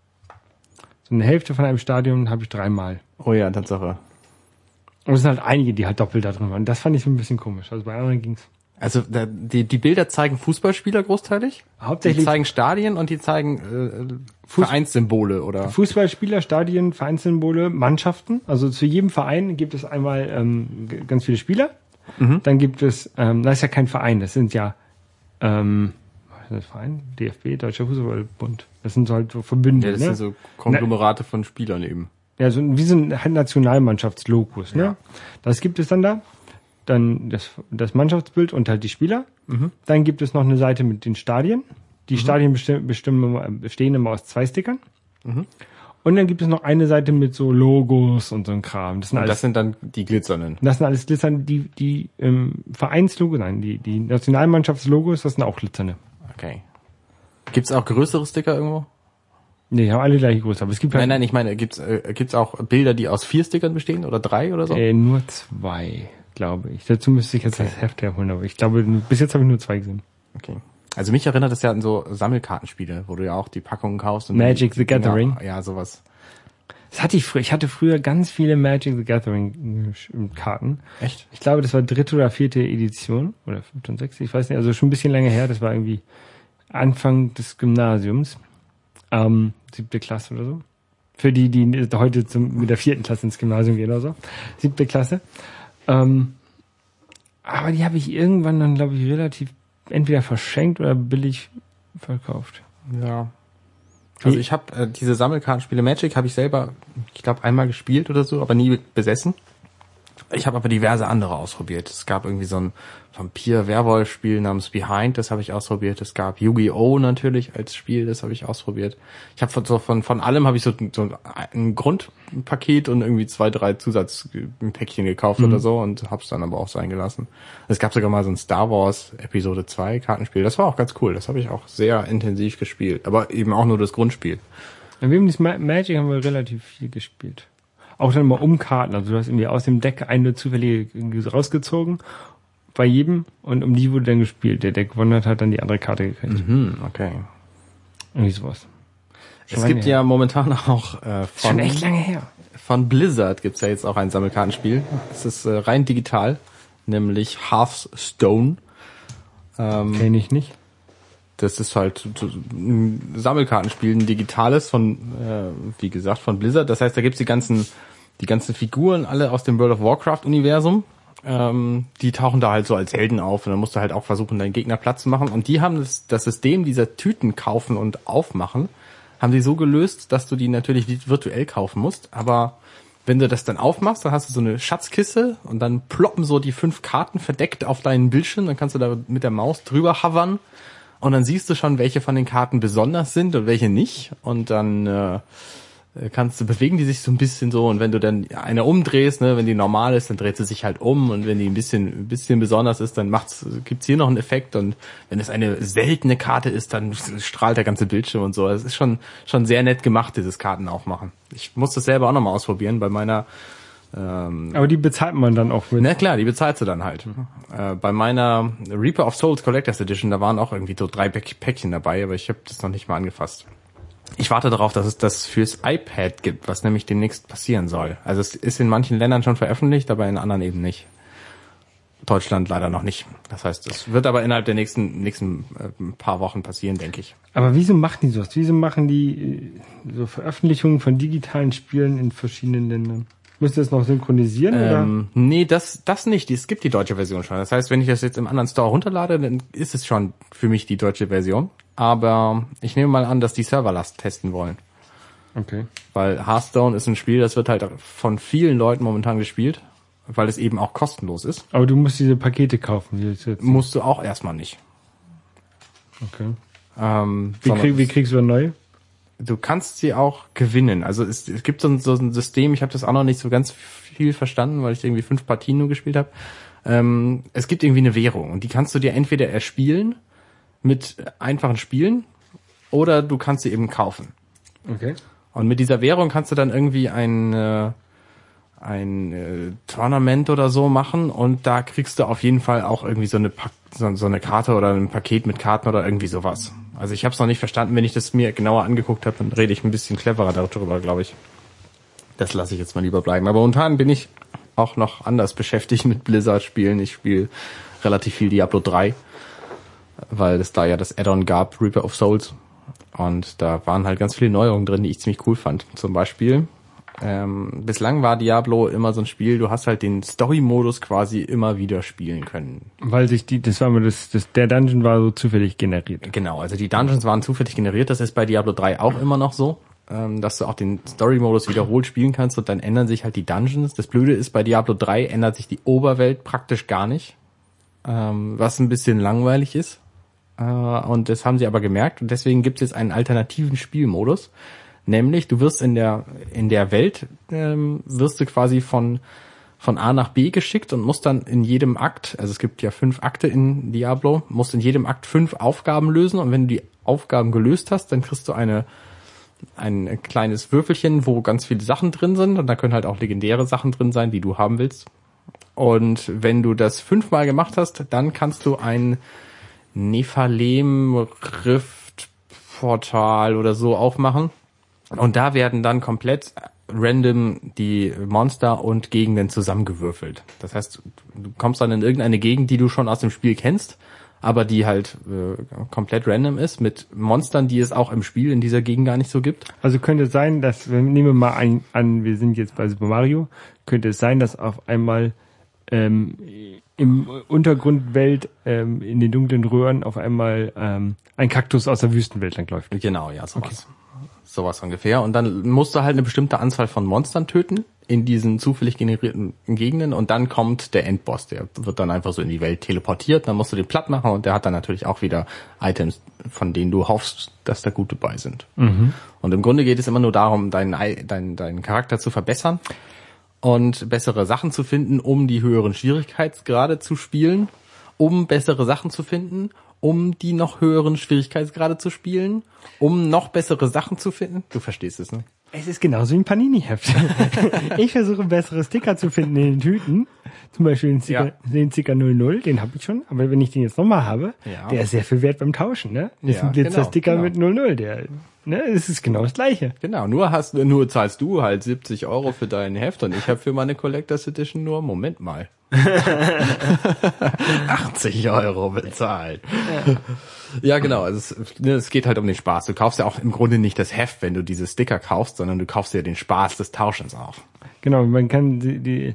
so eine Hälfte von einem Stadion habe ich dreimal. Oh ja, Tatsache. Und es sind halt einige, die halt doppelt da drin waren. Das fand ich so ein bisschen komisch. Also bei anderen ging's. Also da, die, die Bilder zeigen Fußballspieler großteilig. Hauptsächlich Die zeigen Stadien und die zeigen äh, Fuß- Vereinssymbole oder. Fußballspieler, Stadien, Vereinssymbole, Mannschaften. Also zu jedem Verein gibt es einmal ähm, g- ganz viele Spieler. Mhm. Dann gibt es, ähm, das ist ja kein Verein, das sind ja, ähm, was ist das Verein? D F B, Deutscher Fußballbund. Das sind so halt so Verbünde, Ja, das ne? sind so Konglomerate von Spielern eben. Ja, so wie so ein halt Nationalmannschaftslogos, ne? Ja. Das gibt es dann da. Dann das, das Mannschaftsbild und halt die Spieler. Mhm. Dann gibt es noch eine Seite mit den Stadien. Die Stadien bestimmen, bestimmen, immer- bestehen immer aus zwei Stickern. Mhm. Und dann gibt es noch eine Seite mit so Logos und so ein Kram. Das sind Und alles, das sind dann die glitzernden. das sind alles glitzernde, die, die ähm, Vereinslogo, nein, die, die Nationalmannschaftslogos, das sind auch glitzernde. Okay. Gibt's auch größere Sticker irgendwo? Nee, die haben alle gleiche Größe, aber es gibt halt Nein, nein, ich meine, gibt's äh, gibt's auch Bilder, die aus vier Stickern bestehen oder drei oder so? äh, nur zwei, glaube ich. Dazu müsste ich jetzt Okay. das Heft herholen, aber ich glaube, bis jetzt habe ich nur zwei gesehen. Okay. Also mich erinnert das ja an so Sammelkartenspiele, wo du ja auch die Packungen kaufst. Und Magic die the Dinger- Gathering. Ja, sowas. Das hatte ich früher. Ich hatte früher ganz viele Magic the Gathering äh, Karten. Echt? Ich glaube, das war dritte oder vierte Edition oder fünfte und sechste, ich weiß nicht, also schon ein bisschen länger her. Das war irgendwie Anfang des Gymnasiums, ähm, siebte Klasse oder so. Für die, die heute zum, mit der vierten Klasse ins Gymnasium gehen oder so. Siebte Klasse. Ähm, aber die habe ich irgendwann dann, glaube ich, relativ entweder verschenkt oder billig verkauft. Ja. Also ich habe äh, diese Sammelkartenspiele Magic habe ich selber, ich glaube, einmal gespielt oder so, aber nie besessen. Ich habe aber diverse andere ausprobiert. Es gab irgendwie so ein Vampir-Werwolf-Spiel namens Behind, das habe ich ausprobiert. Es gab Yu-Gi-Oh! Natürlich als Spiel, das habe ich ausprobiert. Ich habe von, so von von allem habe ich so, so ein Grundpaket und irgendwie zwei, drei Zusatzpäckchen gekauft Mhm. oder so und habe es dann aber auch sein gelassen. Es gab sogar mal so ein Star Wars Episode zwei Kartenspiel. Das war auch ganz cool. Das habe ich auch sehr intensiv gespielt. Aber eben auch nur das Grundspiel. Ja, wir haben das Ma- Magic haben wir relativ viel gespielt. Auch dann mal um Karten. Also du hast irgendwie aus dem Deck eine zufällige rausgezogen bei jedem und um die wurde dann gespielt. Der, der gewonnen hat, hat dann die andere Karte gekriegt. Mhm, okay. Irgendwie sowas. Schon Es lange gibt her. ja momentan auch äh, Schon von, echt lange her. von Blizzard gibt's ja jetzt auch ein Sammelkartenspiel. Es ist äh, rein digital, nämlich Hearthstone. Ähm, Kenn ich nicht. Das ist halt so ein Sammelkartenspiel, ein digitales von, äh, wie gesagt, von Blizzard. Das heißt, da gibt's die ganzen, die ganzen Figuren alle aus dem World of Warcraft Universum. Ähm, die tauchen da halt so als Helden auf und dann musst du halt auch versuchen, deinen Gegner Platz zu machen. Und die haben das, das System dieser Tüten kaufen und aufmachen, haben die so gelöst, dass du die natürlich virtuell kaufen musst. Aber wenn du das dann aufmachst, dann hast du so eine Schatzkiste und dann ploppen so die fünf Karten verdeckt auf deinen Bildschirm. Dann kannst du da mit der Maus drüber hovern. Und dann siehst du schon, welche von den Karten besonders sind und welche nicht. Und dann äh, kannst du, bewegen die sich so ein bisschen so. Und wenn du dann eine umdrehst, ne, wenn die normal ist, dann dreht sie sich halt um. Und wenn die ein bisschen ein bisschen besonders ist, dann macht's, gibt's hier noch einen Effekt. Und wenn es eine seltene Karte ist, dann strahlt der ganze Bildschirm und so. Es ist schon schon sehr nett gemacht, dieses Kartenaufmachen. Ich muss das selber auch nochmal ausprobieren bei meiner ähm, Aber die bezahlt man dann auch mit. na klar, die bezahlst du dann halt. Äh, bei meiner Reaper of Souls Collectors Edition, da waren auch irgendwie so drei Päck- Päckchen dabei, aber ich habe das noch nicht mal angefasst. Ich warte darauf, dass es das fürs iPad gibt, was nämlich demnächst passieren soll. Also es ist in manchen Ländern schon veröffentlicht, aber in anderen eben nicht. Deutschland leider noch nicht. Das heißt, es wird aber innerhalb der nächsten nächsten äh, paar Wochen passieren, denke ich. Aber wieso machen die sowas? Wieso machen die äh, so Veröffentlichungen von digitalen Spielen in verschiedenen Ländern? Müsst ihr das noch synchronisieren Ähm, nee, das das nicht. Es gibt die deutsche Version schon. Das heißt, wenn ich das jetzt im anderen Store runterlade, dann ist es schon für mich die deutsche Version. Aber ich nehme mal an, dass die Serverlast testen wollen. oder? Okay. Weil Hearthstone ist ein Spiel, das wird halt von vielen Leuten momentan gespielt. weil es eben auch kostenlos ist. Aber du musst diese Pakete kaufen. Die jetzt Musst du auch erstmal nicht. okay. Ähm, Wie, krieg, wie kriegst du eine neue? Du kannst sie auch gewinnen. Also es, es gibt so ein, so ein System, ich habe das auch noch nicht so ganz viel verstanden, weil ich irgendwie fünf Partien nur gespielt habe. Ähm, es gibt irgendwie eine Währung und die kannst du dir entweder erspielen mit einfachen Spielen oder du kannst sie eben kaufen. Okay. Und mit dieser Währung kannst du dann irgendwie ein, äh, ein äh, Tournament oder so machen und da kriegst du auf jeden Fall auch irgendwie so eine pa- so, so eine Karte oder ein Paket mit Karten oder irgendwie sowas. Also ich habe es noch nicht verstanden. Wenn ich das mir genauer angeguckt habe, dann rede ich ein bisschen cleverer darüber, glaube ich. Das lasse ich jetzt mal lieber bleiben. Aber momentan bin ich auch noch anders beschäftigt mit Blizzard-Spielen. Ich spiele relativ viel Diablo drei, weil es da ja das Add-on gab, Reaper of Souls. Und da waren halt ganz viele Neuerungen drin, die ich ziemlich cool fand. Zum Beispiel, ähm, bislang war Diablo immer so ein Spiel, du hast halt den Story-Modus quasi immer wieder spielen können. Weil sich die, das war immer das, das, der Dungeon war so zufällig generiert. Genau, also die Dungeons waren zufällig generiert, das ist bei Diablo drei auch immer noch so, ähm, dass du auch den Story-Modus wiederholt spielen kannst und dann ändern sich halt die Dungeons. Das Blöde ist, bei Diablo drei ändert sich die Oberwelt praktisch gar nicht, ähm, was ein bisschen langweilig ist. Und das haben sie aber gemerkt und deswegen gibt es jetzt einen alternativen Spielmodus, nämlich du wirst in der in der Welt ähm, wirst du quasi von von A nach B geschickt und musst dann in jedem Akt, also es gibt ja fünf Akte in Diablo, musst in jedem Akt fünf Aufgaben lösen und wenn du die Aufgaben gelöst hast, dann kriegst du eine ein kleines Würfelchen, wo ganz viele Sachen drin sind und da können halt auch legendäre Sachen drin sein, die du haben willst. Und wenn du das fünfmal gemacht hast, dann kannst du ein Nephalem Rift Portal oder so aufmachen und da werden dann komplett random die Monster und Gegenden zusammengewürfelt. Das heißt, du kommst dann in irgendeine Gegend, die du schon aus dem Spiel kennst, aber die halt äh, komplett random ist mit Monstern, die es auch im Spiel in dieser Gegend gar nicht so gibt. Also könnte es sein, dass, wenn, nehmen wir mal ein, an, wir sind jetzt bei Super Mario, könnte es sein, dass auf einmal ähm, im Untergrundwelt, ähm, in den dunklen Röhren auf einmal ähm, ein Kaktus aus der Wüstenwelt langläuft. Genau, ja, sowas. Okay. Sowas ungefähr. Und dann musst du halt eine bestimmte Anzahl von Monstern töten in diesen zufällig generierten Gegenden und dann kommt der Endboss. Der wird dann einfach so in die Welt teleportiert, dann musst du den platt machen und der hat dann natürlich auch wieder Items, von denen du hoffst, dass da gute bei sind. Mhm. Und im Grunde geht es immer nur darum, deinen, deinen, deinen Charakter zu verbessern und bessere Sachen zu finden, um die höheren Schwierigkeitsgrade zu spielen, um bessere Sachen zu finden, um die noch höheren Schwierigkeitsgrade zu spielen, um noch bessere Sachen zu finden. Du verstehst es, ne? Es ist genauso wie ein Panini-Heft. Ich versuche bessere Sticker zu finden in den Tüten. Zum Beispiel den Sticker, ja. den Sticker null null, den habe ich schon. Aber wenn ich den jetzt nochmal habe, ja. der ist sehr viel wert beim Tauschen, ne? Das ja, ist ein Glitzer-Sticker genau, genau. mit null null, der, ne? Es ist genau das Gleiche. Genau, nur hast, nur zahlst du halt siebzig Euro für dein Heft und ich habe für meine Collectors Edition nur, Moment mal, achtzig Euro bezahlt. Ja. Ja, genau. Also es, ne, es geht halt um den Spaß. Du kaufst ja auch im Grunde nicht das Heft, wenn du diese Sticker kaufst, sondern du kaufst ja den Spaß des Tauschens auch. Genau, man kann die, die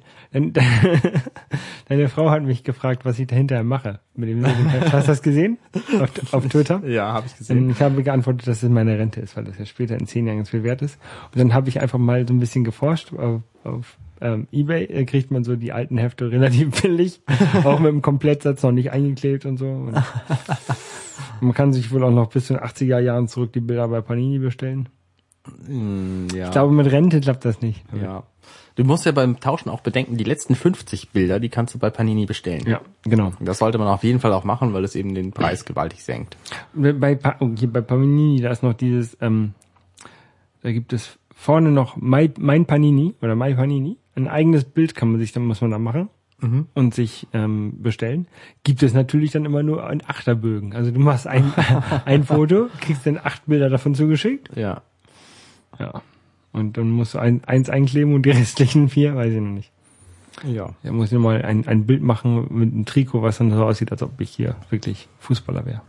deine Frau hat mich gefragt, was ich dahinter mache mit dem, mit dem Heft. Hast du das gesehen? Auf, auf Twitter? Ja, habe ich gesehen. Und ich habe geantwortet, dass es meine Rente ist, weil das ja später in zehn Jahren ganz viel wert ist. Und dann habe ich einfach mal so ein bisschen geforscht auf, auf ähm, eBay äh, kriegt man so die alten Hefte relativ billig, auch mit dem Komplettsatz noch nicht eingeklebt und so. Und man kann sich wohl auch noch bis zu den achtziger Jahren zurück die Bilder bei Panini bestellen. Mm, ja. Ich glaube, mit Rente klappt das nicht. Ja. Du musst ja beim Tauschen auch bedenken, die letzten fünfzig Bilder, die kannst du bei Panini bestellen. Ja, genau. Das sollte man auf jeden Fall auch machen, weil es eben den Preis gewaltig senkt. Bei, oh, hier bei Panini, da ist noch dieses, ähm, da gibt es vorne noch My, Mein Panini oder My Panini. Ein eigenes Bild kann man sich, dann muss man da machen. Mhm. Und sich ähm, bestellen, gibt es natürlich dann immer nur ein Achterbögen. Also du machst ein, ein Foto, kriegst dann acht Bilder davon zugeschickt. Ja. Ja. Und dann musst du ein, eins einkleben und die restlichen vier, weiß ich noch nicht. Ja. Da muss ich mal ein, ein Bild machen mit einem Trikot, was dann so aussieht, als ob ich hier wirklich Fußballer wäre.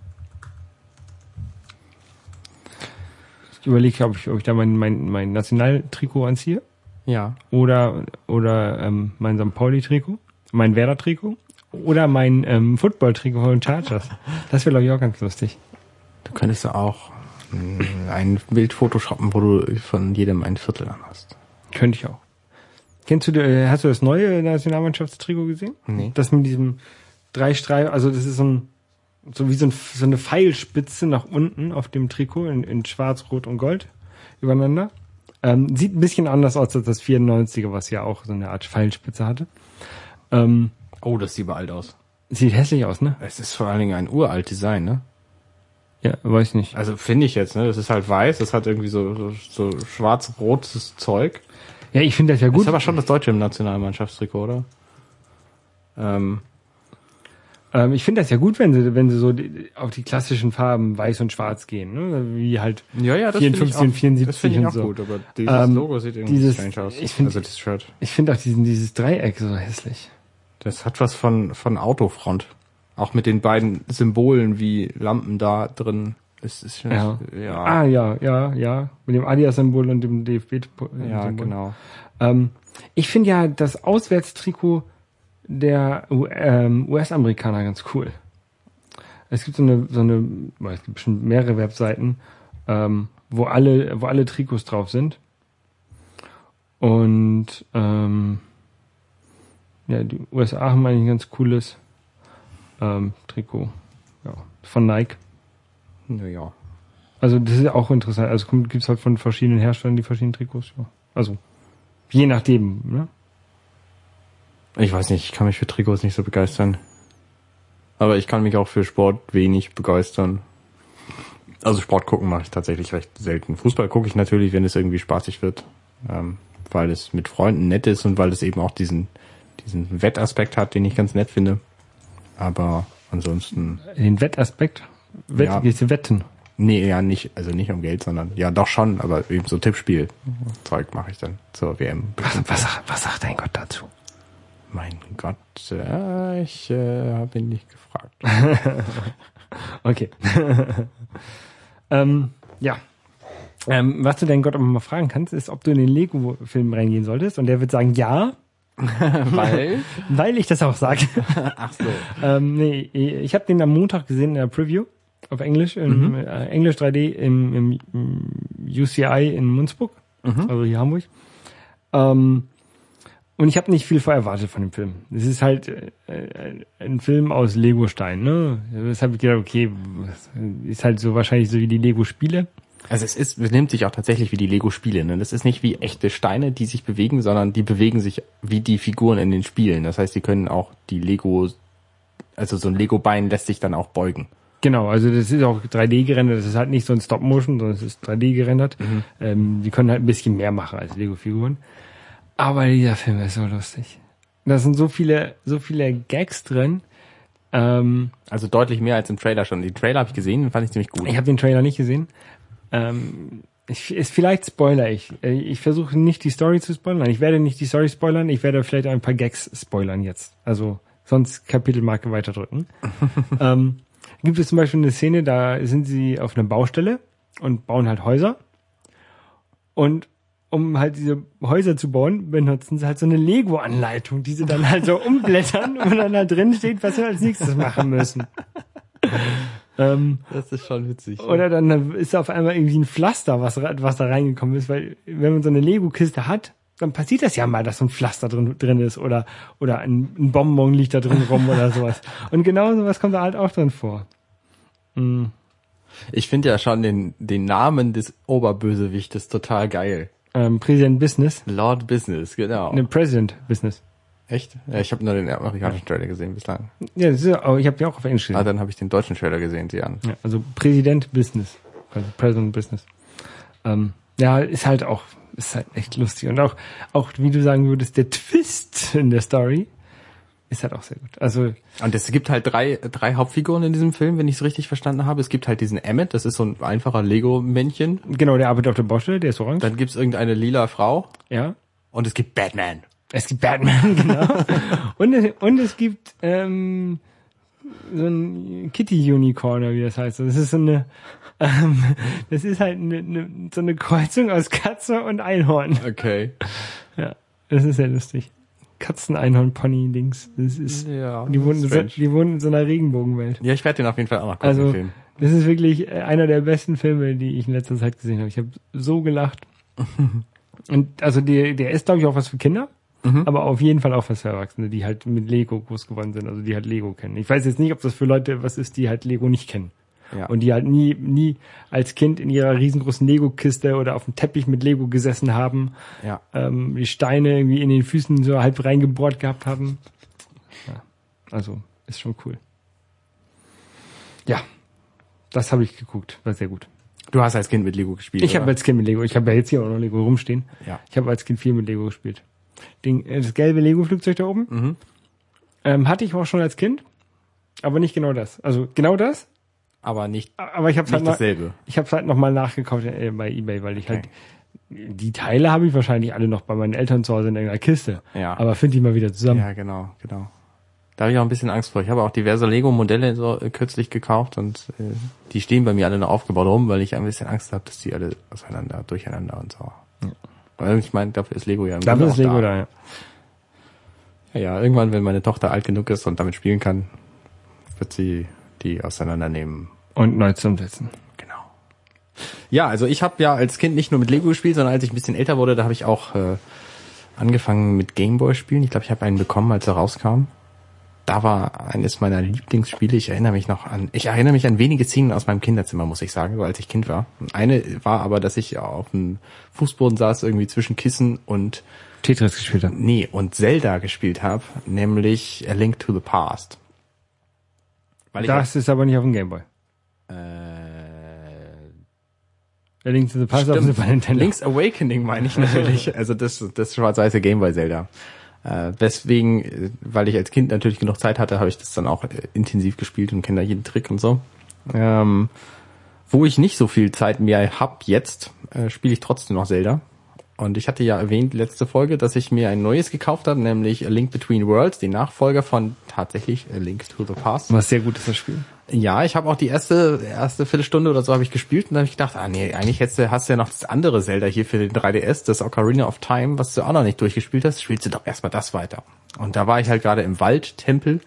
Ich überlege, ob ich, ob ich da mein, mein, mein Nationaltrikot anziehe. Ja. Oder, oder ähm, mein Sankt Pauli-Trikot. Mein Werder-Trikot oder mein ähm, Football-Trikot von Chargers. Das wäre, glaube ich, auch ganz lustig. Du könntest ja auch mh, ein Bild photoshoppen, wo du von jedem ein Viertel an hast. Könnte ich auch. Kennst du, äh, hast du das neue Nationalmannschaftstrikot gesehen? Nee. Das mit diesem drei Streifen, also das ist so ein, so wie so, ein, so eine Pfeilspitze nach unten auf dem Trikot in, in schwarz, rot und gold übereinander. Ähm, sieht ein bisschen anders aus als das vierundneunziger, was ja auch so eine Art Pfeilspitze hatte. Ähm, Oh, das sieht aber alt aus. sieht hässlich aus, ne? Es ist vor allen Dingen ein uralt Design, ne? Ja, weiß nicht. Also finde ich jetzt, ne? Das ist halt weiß, das hat irgendwie so, so, so schwarz-rotes Zeug. Ja, ich finde das ja Gut. gut. Ist aber schon das deutsche im Nationalmannschaftstrikot, oder? Ähm, Ähm, ich finde das ja gut, wenn sie, wenn sie so die, auf die klassischen Farben weiß und schwarz gehen, ne? Wie halt ja, ja, das vierundfünfzig und vierundsiebzig das finde ich und auch so. gut, aber dieses Ähm, Logo sieht irgendwie dieses- strange aus. ich find- also das Shirt. Ich finde auch diesen, dieses Dreieck so hässlich. Das hat was von, von Autofront. Auch mit den beiden Symbolen wie Lampen da drin. Das ist schon, Ja. ja, Ah, ja, ja, ja. Mit dem Adidas-Symbol und dem D F B-Symbol. ja, genau. Ähm, ich finde ja das Auswärtstrikot der U- ähm, U S-Amerikaner ganz cool. Es gibt so eine, so eine, boah, es gibt bestimmt mehrere Webseiten, ähm, wo alle, wo alle Trikots drauf sind. Und ähm, ja, die U S A haben eigentlich ein ganz cooles ähm, Trikot, ja, von Nike. Naja. Also das ist ja auch interessant. Also gibt es halt von verschiedenen Herstellern die verschiedenen Trikots. Ja. Also je nachdem. Ne? Ich weiß nicht, ich kann mich für Trikots nicht so begeistern. Aber ich kann mich auch für Sport wenig begeistern. Also Sport gucken mache ich tatsächlich recht selten. Fußball gucke ich natürlich, wenn es irgendwie spaßig wird, ähm, weil es mit Freunden nett ist und weil es eben auch diesen diesen Wettaspekt hat, den ich ganz nett finde. Aber ansonsten, Den Wettaspekt. Wett, Ja. gehst du wetten? nee, ja nicht, also nicht um Geld, sondern ja doch schon, aber eben so Tippspiel-Zeug mache ich dann zur W M. Was, was, sagt- was sagt dein Gott dazu? Mein Gott, äh, ich äh, habe ihn nicht gefragt. Okay. ähm, ja. Ähm, was du deinen Gott aber mal fragen kannst, ist, ob du in den Lego-Film reingehen solltest. Und der wird sagen, ja, Weil? weil ich das auch sage. Ach so. ähm, nee, ich habe den am Montag gesehen in der Preview auf Englisch, im, Mhm. äh, Englisch drei D im, im, im U C I in Munzburg, Mhm. also hier Hamburg. Ähm, und ich habe nicht viel vorher erwartet von dem Film. Es ist halt äh, äh, ein Film aus Lego-Stein, ne? Deshalb habe ich gedacht, okay, ist halt so wahrscheinlich so wie die Lego-Spiele. Also es ist, es nimmt sich auch tatsächlich wie die Lego-Spiele, ne? Das ist nicht wie echte Steine, die sich bewegen, sondern die bewegen sich wie die Figuren in den Spielen. Das heißt, die können auch die Lego, also so ein Lego-Bein lässt sich dann auch beugen. Genau, also das ist auch drei D gerendert, das ist halt nicht so ein Stop-Motion, sondern es ist drei D gerendert. Mhm. Ähm, die können halt ein bisschen mehr machen als Lego-Figuren. Aber dieser Film ist so lustig. Da sind so viele, so viele Gags drin. Ähm, Also deutlich mehr als im Trailer schon. Den Trailer habe ich gesehen, den fand ich ziemlich gut. ich habe den Trailer nicht gesehen. Ähm, ich, ist, vielleicht spoiler ich. Äh, Ich versuche nicht die Story zu spoilern. Ich werde nicht die Story spoilern. Ich werde vielleicht ein paar Gags spoilern jetzt. Also sonst Kapitelmarke weiterdrücken. ähm, gibt es zum Beispiel eine Szene, da sind sie auf einer Baustelle und bauen halt Häuser. Und um halt diese Häuser zu bauen, benutzen sie halt so eine Lego-Anleitung, die sie dann halt so umblättern und dann halt drin steht, was sie als nächstes machen müssen. ähm, Das ist schon witzig. oder dann ist auf einmal irgendwie ein Pflaster, was, was da reingekommen ist, weil wenn man so eine Lego-Kiste hat, dann passiert das ja mal, dass so ein Pflaster drin, drin ist oder, oder ein, ein Bonbon liegt da drin rum oder sowas. Und genau sowas kommt da halt auch drin vor. Mhm. Ich finde ja schon den, den Namen des Oberbösewichtes total geil. Ähm, President Business. Lord Business, genau. Ne, President Business. Echt? Ja, ich habe nur den amerikanischen Trailer gesehen bislang. Ja, das ist, ja- aber ich habe ja auch auf Englisch gesehen. Ah, dann habe ich den deutschen Trailer gesehen, sie an. Ja, also Präsident Business. Also President Business. Ähm, ja, ist halt auch, ist halt echt lustig. Und auch, auch, wie du sagen würdest, der Twist in der Story ist halt auch sehr gut. Also, Und es gibt halt drei, drei Hauptfiguren in diesem Film, wenn ich es richtig verstanden habe. Es gibt halt diesen Emmet, das ist so ein einfacher Lego-Männchen. genau, der arbeitet auf der Baustelle, der ist orange. Dann gibt's irgendeine lila Frau. Ja. Und es gibt Batman. Es gibt Batman, genau. und, es, und es gibt ähm, so ein Kitty-Unicorn, oder wie das heißt. Das ist so eine, ähm, das ist halt eine, eine, so eine Kreuzung aus Katze und Einhorn. Okay. Ja, das ist sehr lustig. Katzen-Einhorn-Pony-Dings. Das ist, Ja. die wohnen, in so, strange. die wohnen in so einer Regenbogenwelt. Ja, ich werde den auf jeden Fall auch noch gucken, Also, den Film. das ist wirklich äh, einer der besten Filme, die ich in letzter Zeit gesehen habe. Ich habe so gelacht. Und also der, der ist, glaube ich, auch was für Kinder. mhm. aber auf jeden Fall auch was für Erwachsene, die halt mit Lego groß geworden sind, also die halt Lego kennen. Ich weiß jetzt nicht, ob das für Leute was ist, die halt Lego nicht kennen. Ja. Und die halt nie, nie als Kind in ihrer riesengroßen Lego-Kiste oder auf dem Teppich mit Lego gesessen haben, ja. ähm, die Steine irgendwie in den Füßen so halb reingebohrt gehabt haben. Ja. Also, ist schon cool. Ja, das habe ich geguckt, war sehr gut. Du hast als Kind mit Lego gespielt, Ich habe als Kind mit Lego, ich habe ja jetzt hier auch noch Lego rumstehen. Ja. Ich habe als Kind viel mit Lego gespielt. Den, das gelbe Lego-Flugzeug da oben mhm. ähm, hatte ich auch schon als Kind, aber nicht genau das. Also genau das, aber nicht, aber ich habe halt dasselbe. Ich habe es halt nochmal nachgekauft äh, bei eBay, weil ich okay. halt die Teile habe ich wahrscheinlich alle noch bei meinen Eltern zu Hause in irgendeiner Kiste. Ja. Aber finde die mal wieder zusammen. Ja, genau, genau. Da habe ich auch ein bisschen Angst vor. Ich habe auch diverse Lego-Modelle so äh, kürzlich gekauft und äh, die stehen bei mir alle noch aufgebaut rum, weil ich ein bisschen Angst habe, dass die alle auseinander, durcheinander und so. Ja. Weil ich meine, dafür ist Lego ja im Dafür ist Lego da, da, ja. Ja, ja, irgendwann, wenn meine Tochter alt genug ist und damit spielen kann, wird sie die auseinandernehmen. Und neu zusammensetzen. Genau. Ja, also ich habe ja als Kind nicht nur mit Lego gespielt, sondern als ich ein bisschen älter wurde, da habe ich auch äh, angefangen mit Gameboy-Spielen. Ich glaube, ich habe einen bekommen, als er rauskam. Da war eines meiner Lieblingsspiele. Ich erinnere mich noch an, ich erinnere mich an wenige Szenen aus meinem Kinderzimmer, muss ich sagen, so als ich Kind war. Eine war aber, dass ich auf dem Fußboden saß, irgendwie zwischen Kissen und Tetris gespielt habe. Nee, und Zelda gespielt habe, nämlich A Link to the Past. Weil das ich, ist aber nicht auf dem Gameboy. Äh, A Link to the Past auf Super Nintendo. Link's Awakening meine ich natürlich. Also das, das schwarz-weiße Gameboy Zelda. Äh, deswegen, weil ich als Kind natürlich genug Zeit hatte, habe ich das dann auch äh, intensiv gespielt und kenne da jeden Trick und so. Ähm, wo ich nicht so viel Zeit mehr hab jetzt, äh, spiele ich trotzdem noch Zelda. Und ich hatte ja erwähnt, letzte Folge, dass ich mir ein neues gekauft habe, nämlich A Link Between Worlds, den Nachfolger von tatsächlich A Link to the Past. Was sehr gut ist das Spiel. Ja, ich habe auch die erste erste Viertelstunde oder so habe ich gespielt und dann habe ich gedacht, ah nee, eigentlich hättest du, hast du ja noch das andere Zelda hier für den drei D S, das Ocarina of Time, was du auch noch nicht durchgespielt hast, spielst du doch erstmal das weiter. Und da war ich halt gerade im Waldtempel.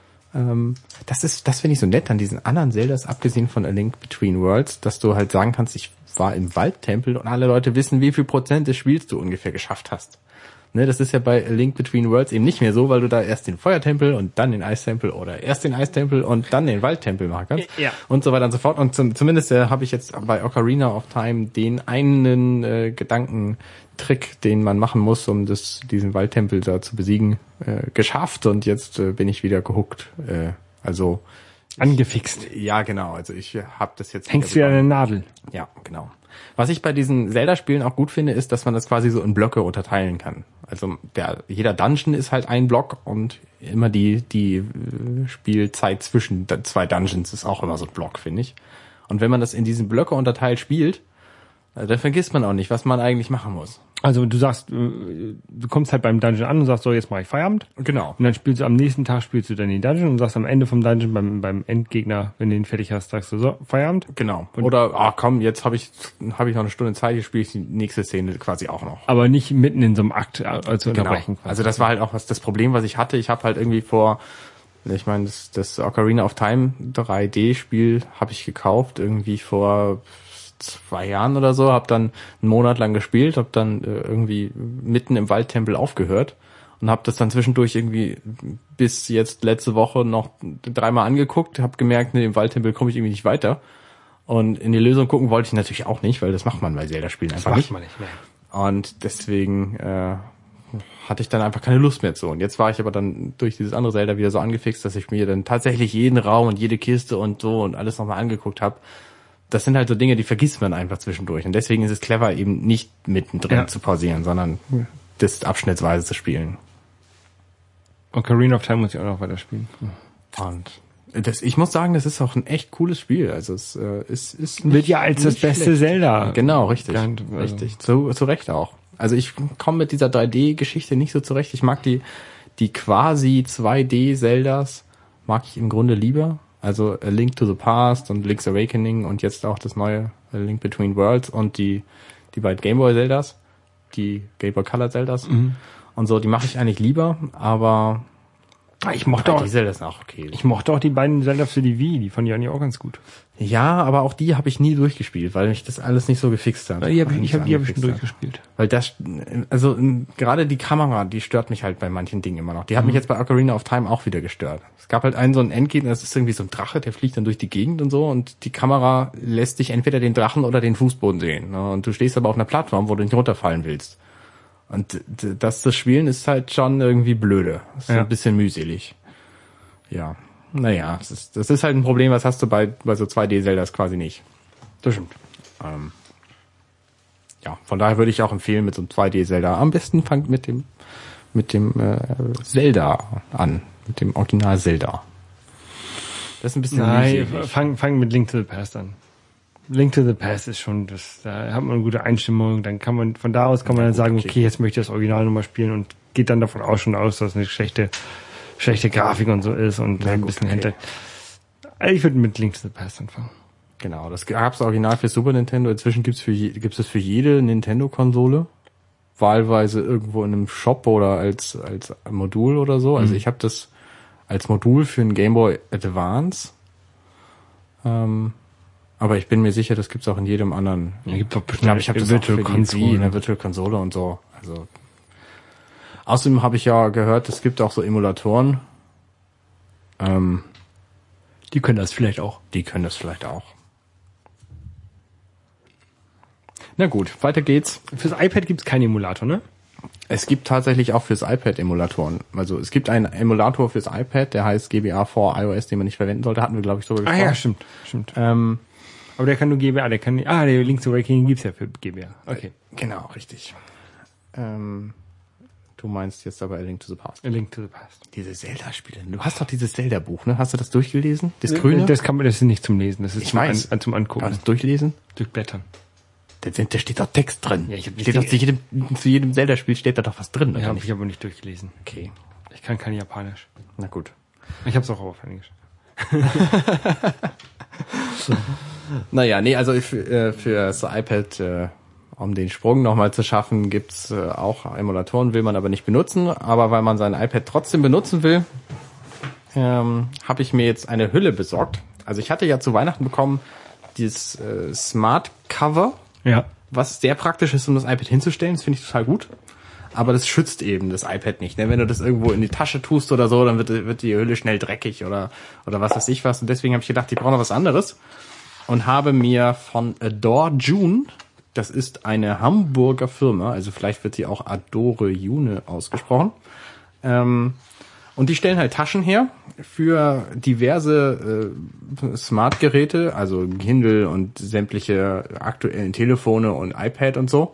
Ähm, das ist, das finde ich so nett an diesen anderen Zeldas, abgesehen von A Link Between Worlds, dass du halt sagen kannst, ich war im Waldtempel und alle Leute wissen, wie viel Prozent des Spiels du ungefähr geschafft hast. Ne, das ist ja bei A Link Between Worlds eben nicht mehr so, weil du da erst den Feuertempel und dann den Eistempel oder erst den Eistempel und dann den Waldtempel machen kannst. Ja. Und so weiter und so fort. Und zum, zumindest äh, habe ich jetzt bei Ocarina of Time den einen äh, Gedankentrick, den man machen muss, um das, diesen Waldtempel da zu besiegen, äh, geschafft. Und jetzt äh, bin ich wieder gehuckt. Äh, also angefixt. Ich, ja, genau. Also ich habe das jetzt. Hängst wieder an der Nadel. Ja, genau. Was ich bei diesen Zelda-Spielen auch gut finde, ist, dass man das quasi so in Blöcke unterteilen kann. Also der, jeder Dungeon ist halt ein Block und immer die die Spielzeit zwischen zwei Dungeons ist auch immer so ein Block, finde ich. Und wenn man das in diesen Blöcke unterteilt spielt, dann vergisst man auch nicht, was man eigentlich machen muss. Also du sagst, du kommst halt beim Dungeon an und sagst, so, jetzt mache ich Feierabend. Genau. Und dann spielst du am nächsten Tag, spielst du dann den Dungeon und sagst am Ende vom Dungeon beim beim Endgegner, wenn du den fertig hast, sagst du so, Feierabend. Genau. Und oder, ah komm, jetzt habe ich habe ich noch eine Stunde Zeit, jetzt spiele ich die nächste Szene quasi auch noch. Aber nicht mitten in so einem Akt äh, zu unterbrechen. Genau. Also das war halt auch was das Problem, was ich hatte. Ich habe halt irgendwie vor, ich meine, das, das Ocarina of Time drei D-Spiel habe ich gekauft, irgendwie vor zwei Jahren oder so, habe dann einen Monat lang gespielt, habe dann äh, irgendwie mitten im Waldtempel aufgehört und habe das dann zwischendurch irgendwie bis jetzt letzte Woche noch dreimal angeguckt, habe gemerkt, nee, im Waldtempel komme ich irgendwie nicht weiter und in die Lösung gucken wollte ich natürlich auch nicht, weil das macht man bei Zelda-Spielen einfach nicht. Das macht man nicht mehr. Und deswegen äh, hatte ich dann einfach keine Lust mehr zu. Und jetzt war ich aber dann durch dieses andere Zelda wieder so angefixt, dass ich mir dann tatsächlich jeden Raum und jede Kiste und so und alles nochmal angeguckt habe. Das sind halt so Dinge, die vergisst man einfach zwischendurch. Und deswegen ist es clever, eben nicht mittendrin ja. zu pausieren, sondern das abschnittsweise zu spielen. Ocarina of Time muss ich auch noch weiter spielen. Und das, ich muss sagen, das ist auch ein echt cooles Spiel. Also es äh, ist, ist nicht, wird ja als das beste schlecht. Zelda. Genau, richtig. Ja, also. Richtig. Zu, zu Recht auch. Also ich komme mit dieser drei D-Geschichte nicht so zurecht. Ich mag die, die quasi zwei D-Zeldas mag ich im Grunde lieber. Also A Link to the Past und Link's Awakening und jetzt auch das neue A Link Between Worlds und die die beiden Game Boy Zeldas, die Game Boy Color Zeldas mhm. und so, die mache ich eigentlich lieber, aber Ah, ich mochte auch, die Zelda sind auch okay. ich mochte auch die beiden Zelda für die Wii, die fand ich eigentlich auch ganz gut. Ja, aber auch die habe ich nie durchgespielt, weil mich das alles nicht so gefixt hat. Die hab ich ich habe die hab ich schon angefixt hat. durchgespielt. Weil das, also m, gerade die Kamera, die stört mich halt bei manchen Dingen immer noch. Die hat Mhm. mich jetzt bei Ocarina of Time auch wieder gestört. Es gab halt einen so einen Endgegner, das ist irgendwie so ein Drache, der fliegt dann durch die Gegend und so und die Kamera lässt dich entweder den Drachen oder den Fußboden sehen. Ne? Und du stehst aber auf einer Plattform, wo du nicht runterfallen willst. Und d- das zu spielen ist halt schon irgendwie blöde. Das ist Ja. ein bisschen mühselig. Ja, naja, das ist, das ist halt ein Problem, was hast du bei, bei so zwei D-Zeldas quasi nicht. Das stimmt. Ähm, ja, von daher würde ich auch empfehlen mit so einem zwei D-Zelda. Am besten fangt mit dem mit dem äh, Zelda an, mit dem Original Zelda. Das ist ein bisschen Nein, mühselig. fang, fang mit Link to the Past an. Link to the Past ist schon, das, da hat man eine gute Einstimmung, dann kann man, von da aus kann man dann sagen, okay. okay, jetzt möchte ich das Original nochmal spielen und geht dann davon aus schon aus, dass es eine schlechte, schlechte Grafik und so ist und Na ein gut, bisschen okay. hinter. Also ich würde mit Link to the Past anfangen. Genau, das gab's original für Super Nintendo. Inzwischen gibt's für je, gibt's es für jede Nintendo-Konsole, wahlweise irgendwo in einem Shop oder als als Modul oder so. Also Mhm. ich habe das als Modul für einen Game Boy Advance. Ähm, aber ich bin mir sicher, das gibt's auch in jedem anderen. Ja, gibt doch Ich glaube, ich habe das auch für die Wii, in der Virtual Console und so. Also außerdem habe ich ja gehört, es gibt auch so Emulatoren. Ähm, Die können das vielleicht auch. die können das vielleicht auch. Na gut, weiter geht's. Fürs iPad gibt's keinen Emulator, ne? Es gibt tatsächlich auch fürs iPad Emulatoren. Also es gibt einen Emulator fürs iPad, der heißt G B A vier iOS, den man nicht verwenden sollte. Hatten wir, glaube ich, drüber Ah gesprochen. ja, stimmt, stimmt. Ähm, Aber der kann nur G B A, der kann nicht, ah, der Link's Awakening gibt's ja für G B A. Okay. genau, richtig. Ähm, du meinst jetzt aber A Link to the Past. A Link to the Past. Diese Zelda-Spiele. Du hast doch dieses Zelda-Buch, ne? Hast du das durchgelesen? Das Grüne? Das kann man, das ist nicht zum Lesen, das ist Ich zum, weiß. An, zum Angucken. Hast du das durchgelesen? Durchblättern. Da, da steht doch Text drin. Ja, ich hab steht das doch zu jedem, zu jedem Zelda-Spiel steht da doch was drin, Ja, oder habe nicht? ich aber nicht durchgelesen. Okay, Ich kann kein Japanisch. na gut. Ich habe es auch auf Englisch. Naja, nee, also für, äh, für das iPad, äh, um den Sprung nochmal zu schaffen, gibt's äh, auch Emulatoren, will man aber nicht benutzen. Aber weil man sein iPad trotzdem benutzen will, ähm, habe ich mir jetzt eine Hülle besorgt. Also ich hatte ja zu Weihnachten bekommen dieses äh, Smart Cover, Ja. was sehr praktisch ist, um das iPad hinzustellen. Das finde ich total gut. Aber das schützt eben das iPad nicht. Ne? Wenn du das irgendwo in die Tasche tust oder so, dann wird, wird die Hülle schnell dreckig oder oder was weiß ich was. Und deswegen habe ich gedacht, ich brauche noch was anderes. Und habe mir von Adore June, das ist eine Hamburger Firma, also vielleicht wird sie auch Adore June ausgesprochen, ähm, und die stellen halt Taschen her für diverse äh, Smart-Geräte, also Kindle und sämtliche aktuellen Telefone und iPad und so.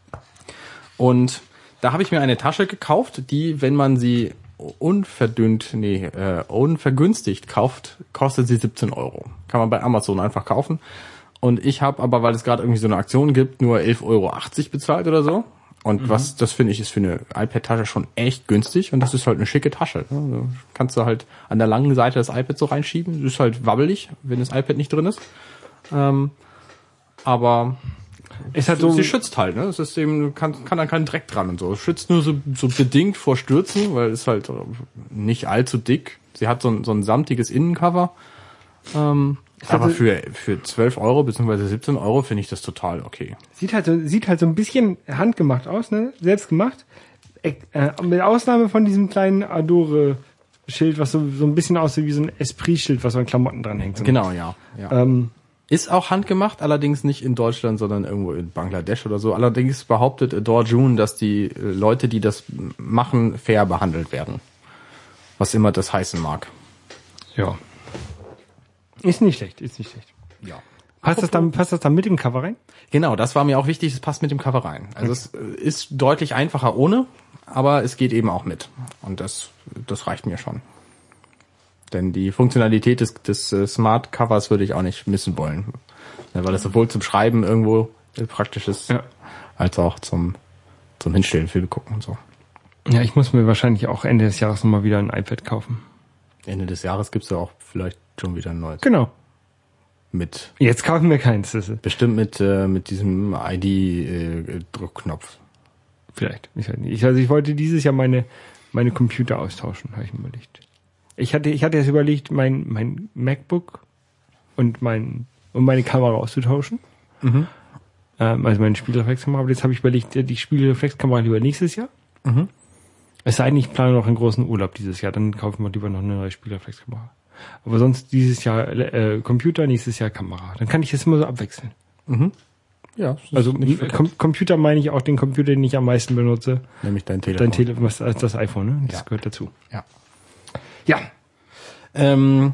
Und da habe ich mir eine Tasche gekauft, die, wenn man sie unverdünnt, nee, äh, unvergünstigt kauft, kostet sie siebzehn Euro. Kann man bei Amazon einfach kaufen. Und ich habe aber, weil es gerade irgendwie so eine Aktion gibt, nur elf Euro achtzig bezahlt oder so. Und mhm. was, das finde ich, ist für eine iPad-Tasche schon echt günstig. Und das ist halt eine schicke Tasche. Also kannst du halt an der langen Seite das iPad so reinschieben. Das ist halt wabbelig, wenn das iPad nicht drin ist. Ähm, aber Ist halt so, sie schützt halt, ne? Es ist eben, kann, kann da kein Dreck dran und so. Es schützt nur so, so bedingt vor Stürzen, weil es halt nicht allzu dick. Sie hat so ein, so ein samtiges Innencover. Ähm, aber für, für zwölf Euro beziehungsweise siebzehn Euro finde ich das total okay. sieht halt so, sieht halt so ein bisschen handgemacht aus, ne? Selbst gemacht. Äh, mit Ausnahme von diesem kleinen Adore-Schild, was so, so ein bisschen aussieht wie so ein Esprit-Schild, was so an Klamotten dranhängt. So. Genau, ja. ja. Ähm, Ist auch handgemacht, allerdings nicht in Deutschland, sondern irgendwo in Bangladesch oder so. Allerdings behauptet Adore June, dass die äh, Leute, die das machen, fair behandelt werden. Was immer das heißen mag. ja. Ist nicht schlecht, ist nicht schlecht. Ja. Passt das dann, passt das dann mit dem Cover rein? Genau, das war mir auch wichtig, es passt mit dem Cover rein. Also es ist deutlich einfacher ohne, aber es geht eben auch mit. Und das, das reicht mir schon. Denn die Funktionalität des, des uh, Smart Covers würde ich auch nicht missen wollen. Ja, weil das sowohl zum Schreiben irgendwo praktisch ist, Ja. als auch zum, zum Hinstellen, Filme gucken und so. Ja, ich muss mir wahrscheinlich auch Ende des Jahres nochmal wieder ein iPad kaufen. Ende des Jahres gibt's ja auch vielleicht schon wieder ein neues. Genau. Mit, Jetzt kaufen wir keins, das ist bestimmt mit, äh, mit diesem I D-Druckknopf. vielleicht. Ich weiß nicht. Ich, also ich wollte dieses Jahr meine, meine Computer austauschen, habe ich mir überlegt. Ich hatte, ich hatte jetzt überlegt, mein, mein MacBook und mein, und meine Kamera auszutauschen. Mhm. Ähm, also meine Spiegelreflexkamera. Aber jetzt habe ich überlegt, die Spiegelreflexkamera lieber nächstes Jahr. Mhm. Es sei denn, ich plane noch einen großen Urlaub dieses Jahr, dann kaufen wir lieber noch eine neue Spiegelreflexkamera. Aber sonst dieses Jahr äh, Computer, nächstes Jahr Kamera. Dann kann ich das immer so abwechseln. Mhm. Ja, das ist Also nicht Com- verkehrt. Computer meine ich auch den Computer, den ich am meisten benutze. Nämlich dein Telefon. Dein Telefon, was das, das iPhone, ne? Das Ja. gehört dazu. Ja. Ja. Ähm,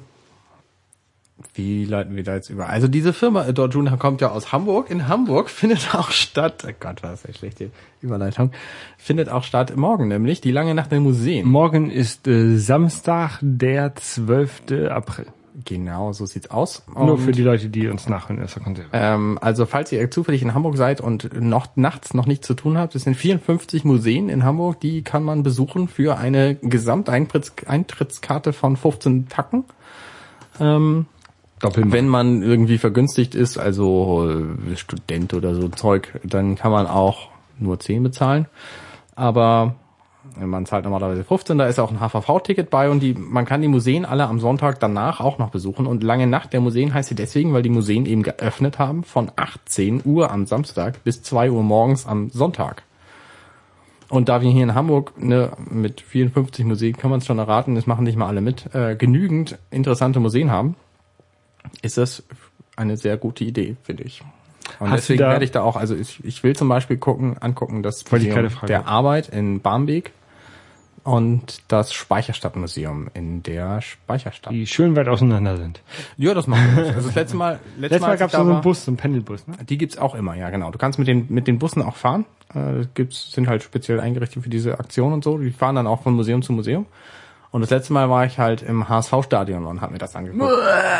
wie leiten wir da jetzt über? Also diese Firma Adore June kommt ja aus Hamburg. In Hamburg findet auch statt, oh Gott, war das eine schlechte Überleitung, findet auch statt morgen nämlich die lange Nacht der Museen. Morgen ist äh, Samstag, der zwölfte April. Genau, so sieht's aus. Nur Und, für die Leute, die uns nachhören aus der Konserve. ähm, also falls ihr zufällig in Hamburg seid und noch nachts noch nichts zu tun habt, es sind vierundfünfzig Museen in Hamburg, die kann man besuchen für eine Gesamteintrittskarte von fünfzehn Tacken. Ähm, Doppelmark. Wenn man irgendwie vergünstigt ist, also äh, Student oder so Zeug, dann kann man auch nur zehn bezahlen. Aber man zahlt normalerweise fünfzehn, da ist auch ein H V V-Ticket bei und die, man kann die Museen alle am Sonntag danach auch noch besuchen. Und lange Nacht der Museen heißt sie deswegen, weil die Museen eben geöffnet haben von achtzehn Uhr am Samstag bis zwei Uhr morgens am Sonntag. Und da wir hier in Hamburg ne, mit vierundfünfzig Museen, kann man es schon erraten, das machen nicht mal alle mit, äh, genügend interessante Museen haben, ist das eine sehr gute Idee, finde ich. Und Hast deswegen du da- werde ich da auch, also ich, ich will zum Beispiel gucken, angucken, das Wollte ich Museum gerade fragen. der Arbeit in Barmbek und das Speicherstadtmuseum in der Speicherstadt. Die schön weit auseinander sind. Ja, das machen wir. Also das letzte Mal, letztes Letztes Mal als gab es ich so da einen war, Bus, so einen Pendelbus, ne? die gibt's auch immer, ja genau. Du kannst mit den mit den Bussen auch fahren. Äh, gibt's sind halt speziell eingerichtet für diese Aktion und so. Die fahren dann auch von Museum zu Museum. Und das letzte Mal war ich halt im H S V-Stadion und hab mir das angeguckt.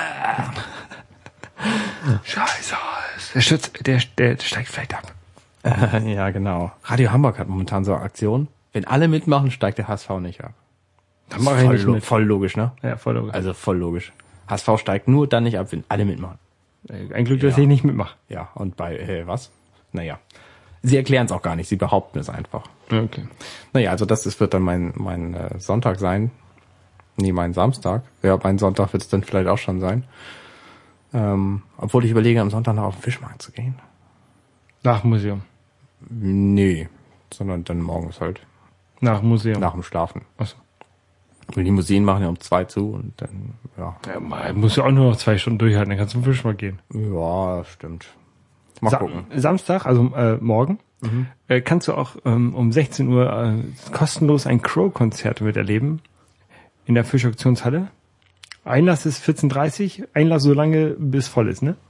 Scheiße. Der, Schütz, der, der steigt vielleicht ab. Äh, ja, genau. Radio Hamburg hat momentan so eine Aktion. Wenn alle mitmachen, steigt der H S V nicht ab. Dann mache ich Voll, nicht lo- mit. voll logisch, ne? Ja, voll logisch. Also voll logisch. H S V steigt nur dann nicht ab, wenn alle mitmachen. Ein Glück, dass Ja. ich nicht mitmache. Ja, und bei, äh, was? Naja. Sie erklären es auch gar nicht, sie behaupten es einfach. Okay. Naja, also das ist, wird dann mein, mein äh, Sonntag sein. Nee, mein Samstag. Ja, mein Sonntag wird es dann vielleicht auch schon sein. Ähm, obwohl ich überlege, am Sonntag noch auf den Fischmarkt zu gehen. Nach dem Museum. Nee, sondern dann morgens halt. Nach dem Museum. Nach dem Schlafen. Achso. Weil die Museen machen ja um zwei zu und dann, ja. Ja, man muss ja auch nur noch zwei Stunden durchhalten, dann kannst du zum Fischmarkt gehen. Ja, stimmt. Mal Sa gucken. Samstag, also äh, morgen, Mhm. äh, kannst du auch ähm, um sechzehn Uhr äh, kostenlos ein Crow-Konzert miterleben in der Fischauktionshalle. Einlass ist vierzehn Uhr dreißig, Einlass so lange bis voll ist, ne?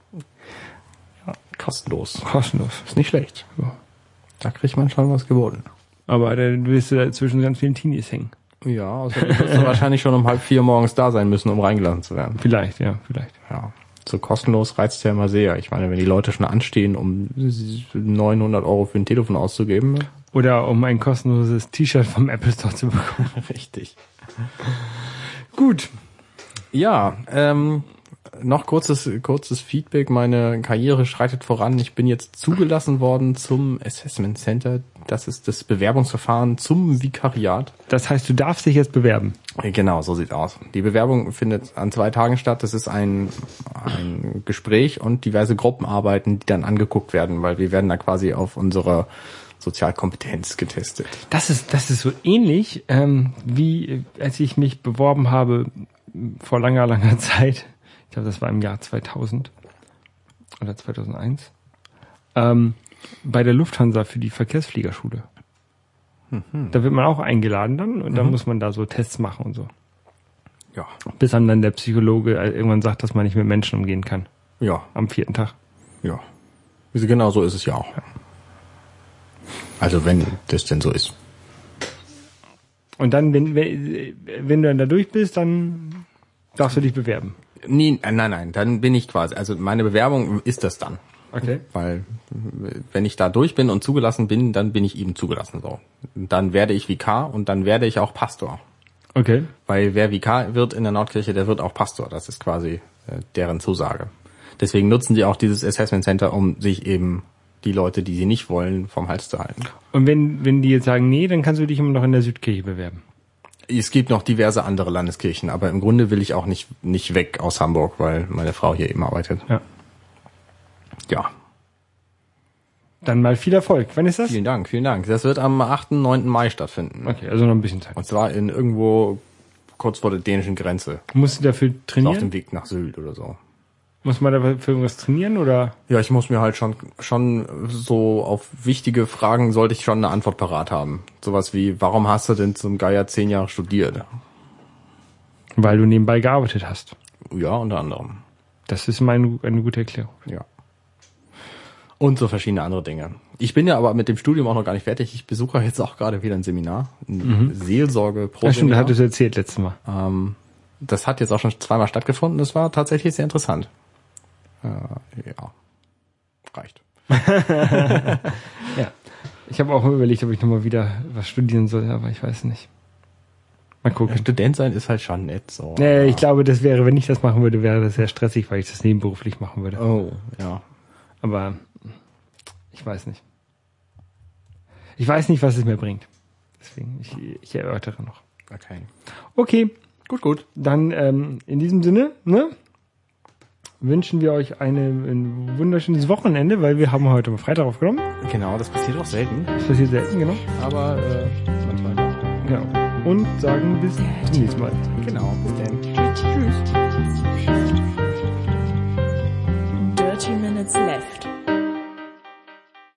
Kostenlos. Kostenlos. Ist nicht schlecht. Ja. Da kriegt man schon was geboten. Aber dann wirst du da zwischen ganz vielen Teenies hängen. Ja, außerdem wirst du wahrscheinlich schon um halb vier morgens da sein müssen, um reingelassen zu werden. Vielleicht, ja, vielleicht. Ja. So kostenlos reizt ja immer sehr. Ich meine, wenn die Leute schon anstehen, um neunhundert Euro für ein Telefon auszugeben. Oder um ein kostenloses T-Shirt vom Apple Store zu bekommen. Richtig. Gut. Ja, ähm, noch kurzes, kurzes Feedback. Meine Karriere schreitet voran. Ich bin jetzt zugelassen worden zum Assessment Center. Das ist das Bewerbungsverfahren zum Vikariat. Das heißt, du darfst dich jetzt bewerben. Genau, so sieht's aus. Die Bewerbung findet an zwei Tagen statt. Das ist ein, ein Gespräch und diverse Gruppenarbeiten, die dann angeguckt werden, weil wir werden da quasi auf unsere Sozialkompetenz getestet. Das ist, das ist so ähnlich, ähm, wie äh, als ich mich beworben habe vor langer, langer Zeit. Ich glaube, das war im Jahr zweitausend oder zweitausendeins. Ähm, bei der Lufthansa für die Verkehrsfliegerschule. Mhm. Da wird man auch eingeladen dann und dann Mhm. muss man da so Tests machen und so. Ja. Bis dann dann der Psychologe irgendwann sagt, dass man nicht mit Menschen umgehen kann. Ja, Am vierten Tag. ja. Genau so ist es ja auch. Also wenn das denn so ist. Und dann, wenn, wenn, wenn du dann da durch bist, dann darfst du dich bewerben. Nee, nein, nein, dann bin ich quasi, also meine Bewerbung ist das dann. Okay. Weil wenn ich da durch bin und zugelassen bin, dann bin ich eben zugelassen so. Und dann werde ich Vikar und dann werde ich auch Pastor. Okay. Weil wer Vikar wird in der Nordkirche, der wird auch Pastor. Das ist quasi äh, deren Zusage. Deswegen nutzen die auch dieses Assessment Center, um sich eben die Leute, die sie nicht wollen, vom Hals zu halten. Und wenn, wenn die jetzt sagen, nee, dann kannst du dich immer noch in der Südkirche bewerben. Es gibt noch diverse andere Landeskirchen, aber im Grunde will ich auch nicht nicht weg aus Hamburg, weil meine Frau hier eben arbeitet. Ja. Ja. Dann mal viel Erfolg. Wann ist das? Vielen Dank, vielen Dank. Das wird am achten, neunten Mai stattfinden. Okay, also noch ein bisschen Zeit. Und zwar in irgendwo kurz vor der dänischen Grenze. Musst du dafür Also auf trainieren? dem Weg nach Sylt oder so. Muss man dafür irgendwas trainieren oder? Ja, ich muss mir halt schon schon so auf wichtige Fragen sollte ich schon eine Antwort parat haben. Sowas wie, warum hast du denn zum Geier zehn Jahre studiert? Weil du nebenbei gearbeitet hast. Ja, unter anderem. Das ist meine, eine gute Erklärung. Ja. Und so verschiedene andere Dinge. Ich bin ja aber mit dem Studium auch noch gar nicht fertig. Ich besuche jetzt auch gerade wieder ein Seminar. Ein Mhm. Seelsorge pro Ja, stimmt, das Seminar. hattest du erzählt letztes Mal. Ähm, das hat jetzt auch schon zweimal stattgefunden. Das war tatsächlich sehr interessant. Äh, ja. Reicht. Ja. Ich habe auch überlegt, ob ich nochmal wieder was studieren soll, aber ich weiß nicht. Mal gucken. Student sein ist halt schon nett so. Nee, ich glaube, das wäre, wenn ich das machen würde, wäre das sehr stressig, weil ich das nebenberuflich machen würde. Oh, ja. Aber ich weiß nicht. Ich weiß nicht, was es mir bringt. Deswegen, ich, ich erörtere noch. Okay. Okay, Gut, gut. dann ähm, in diesem Sinne, ne, wünschen wir euch eine, ein wunderschönes Wochenende, weil wir haben heute am Freitag aufgenommen. Genau, das passiert auch selten. Das passiert selten, genau. Aber äh, manchmal. genau. Und sagen bis zum nächsten Mal. Genau, bis dann. Tschüss. Tschüss.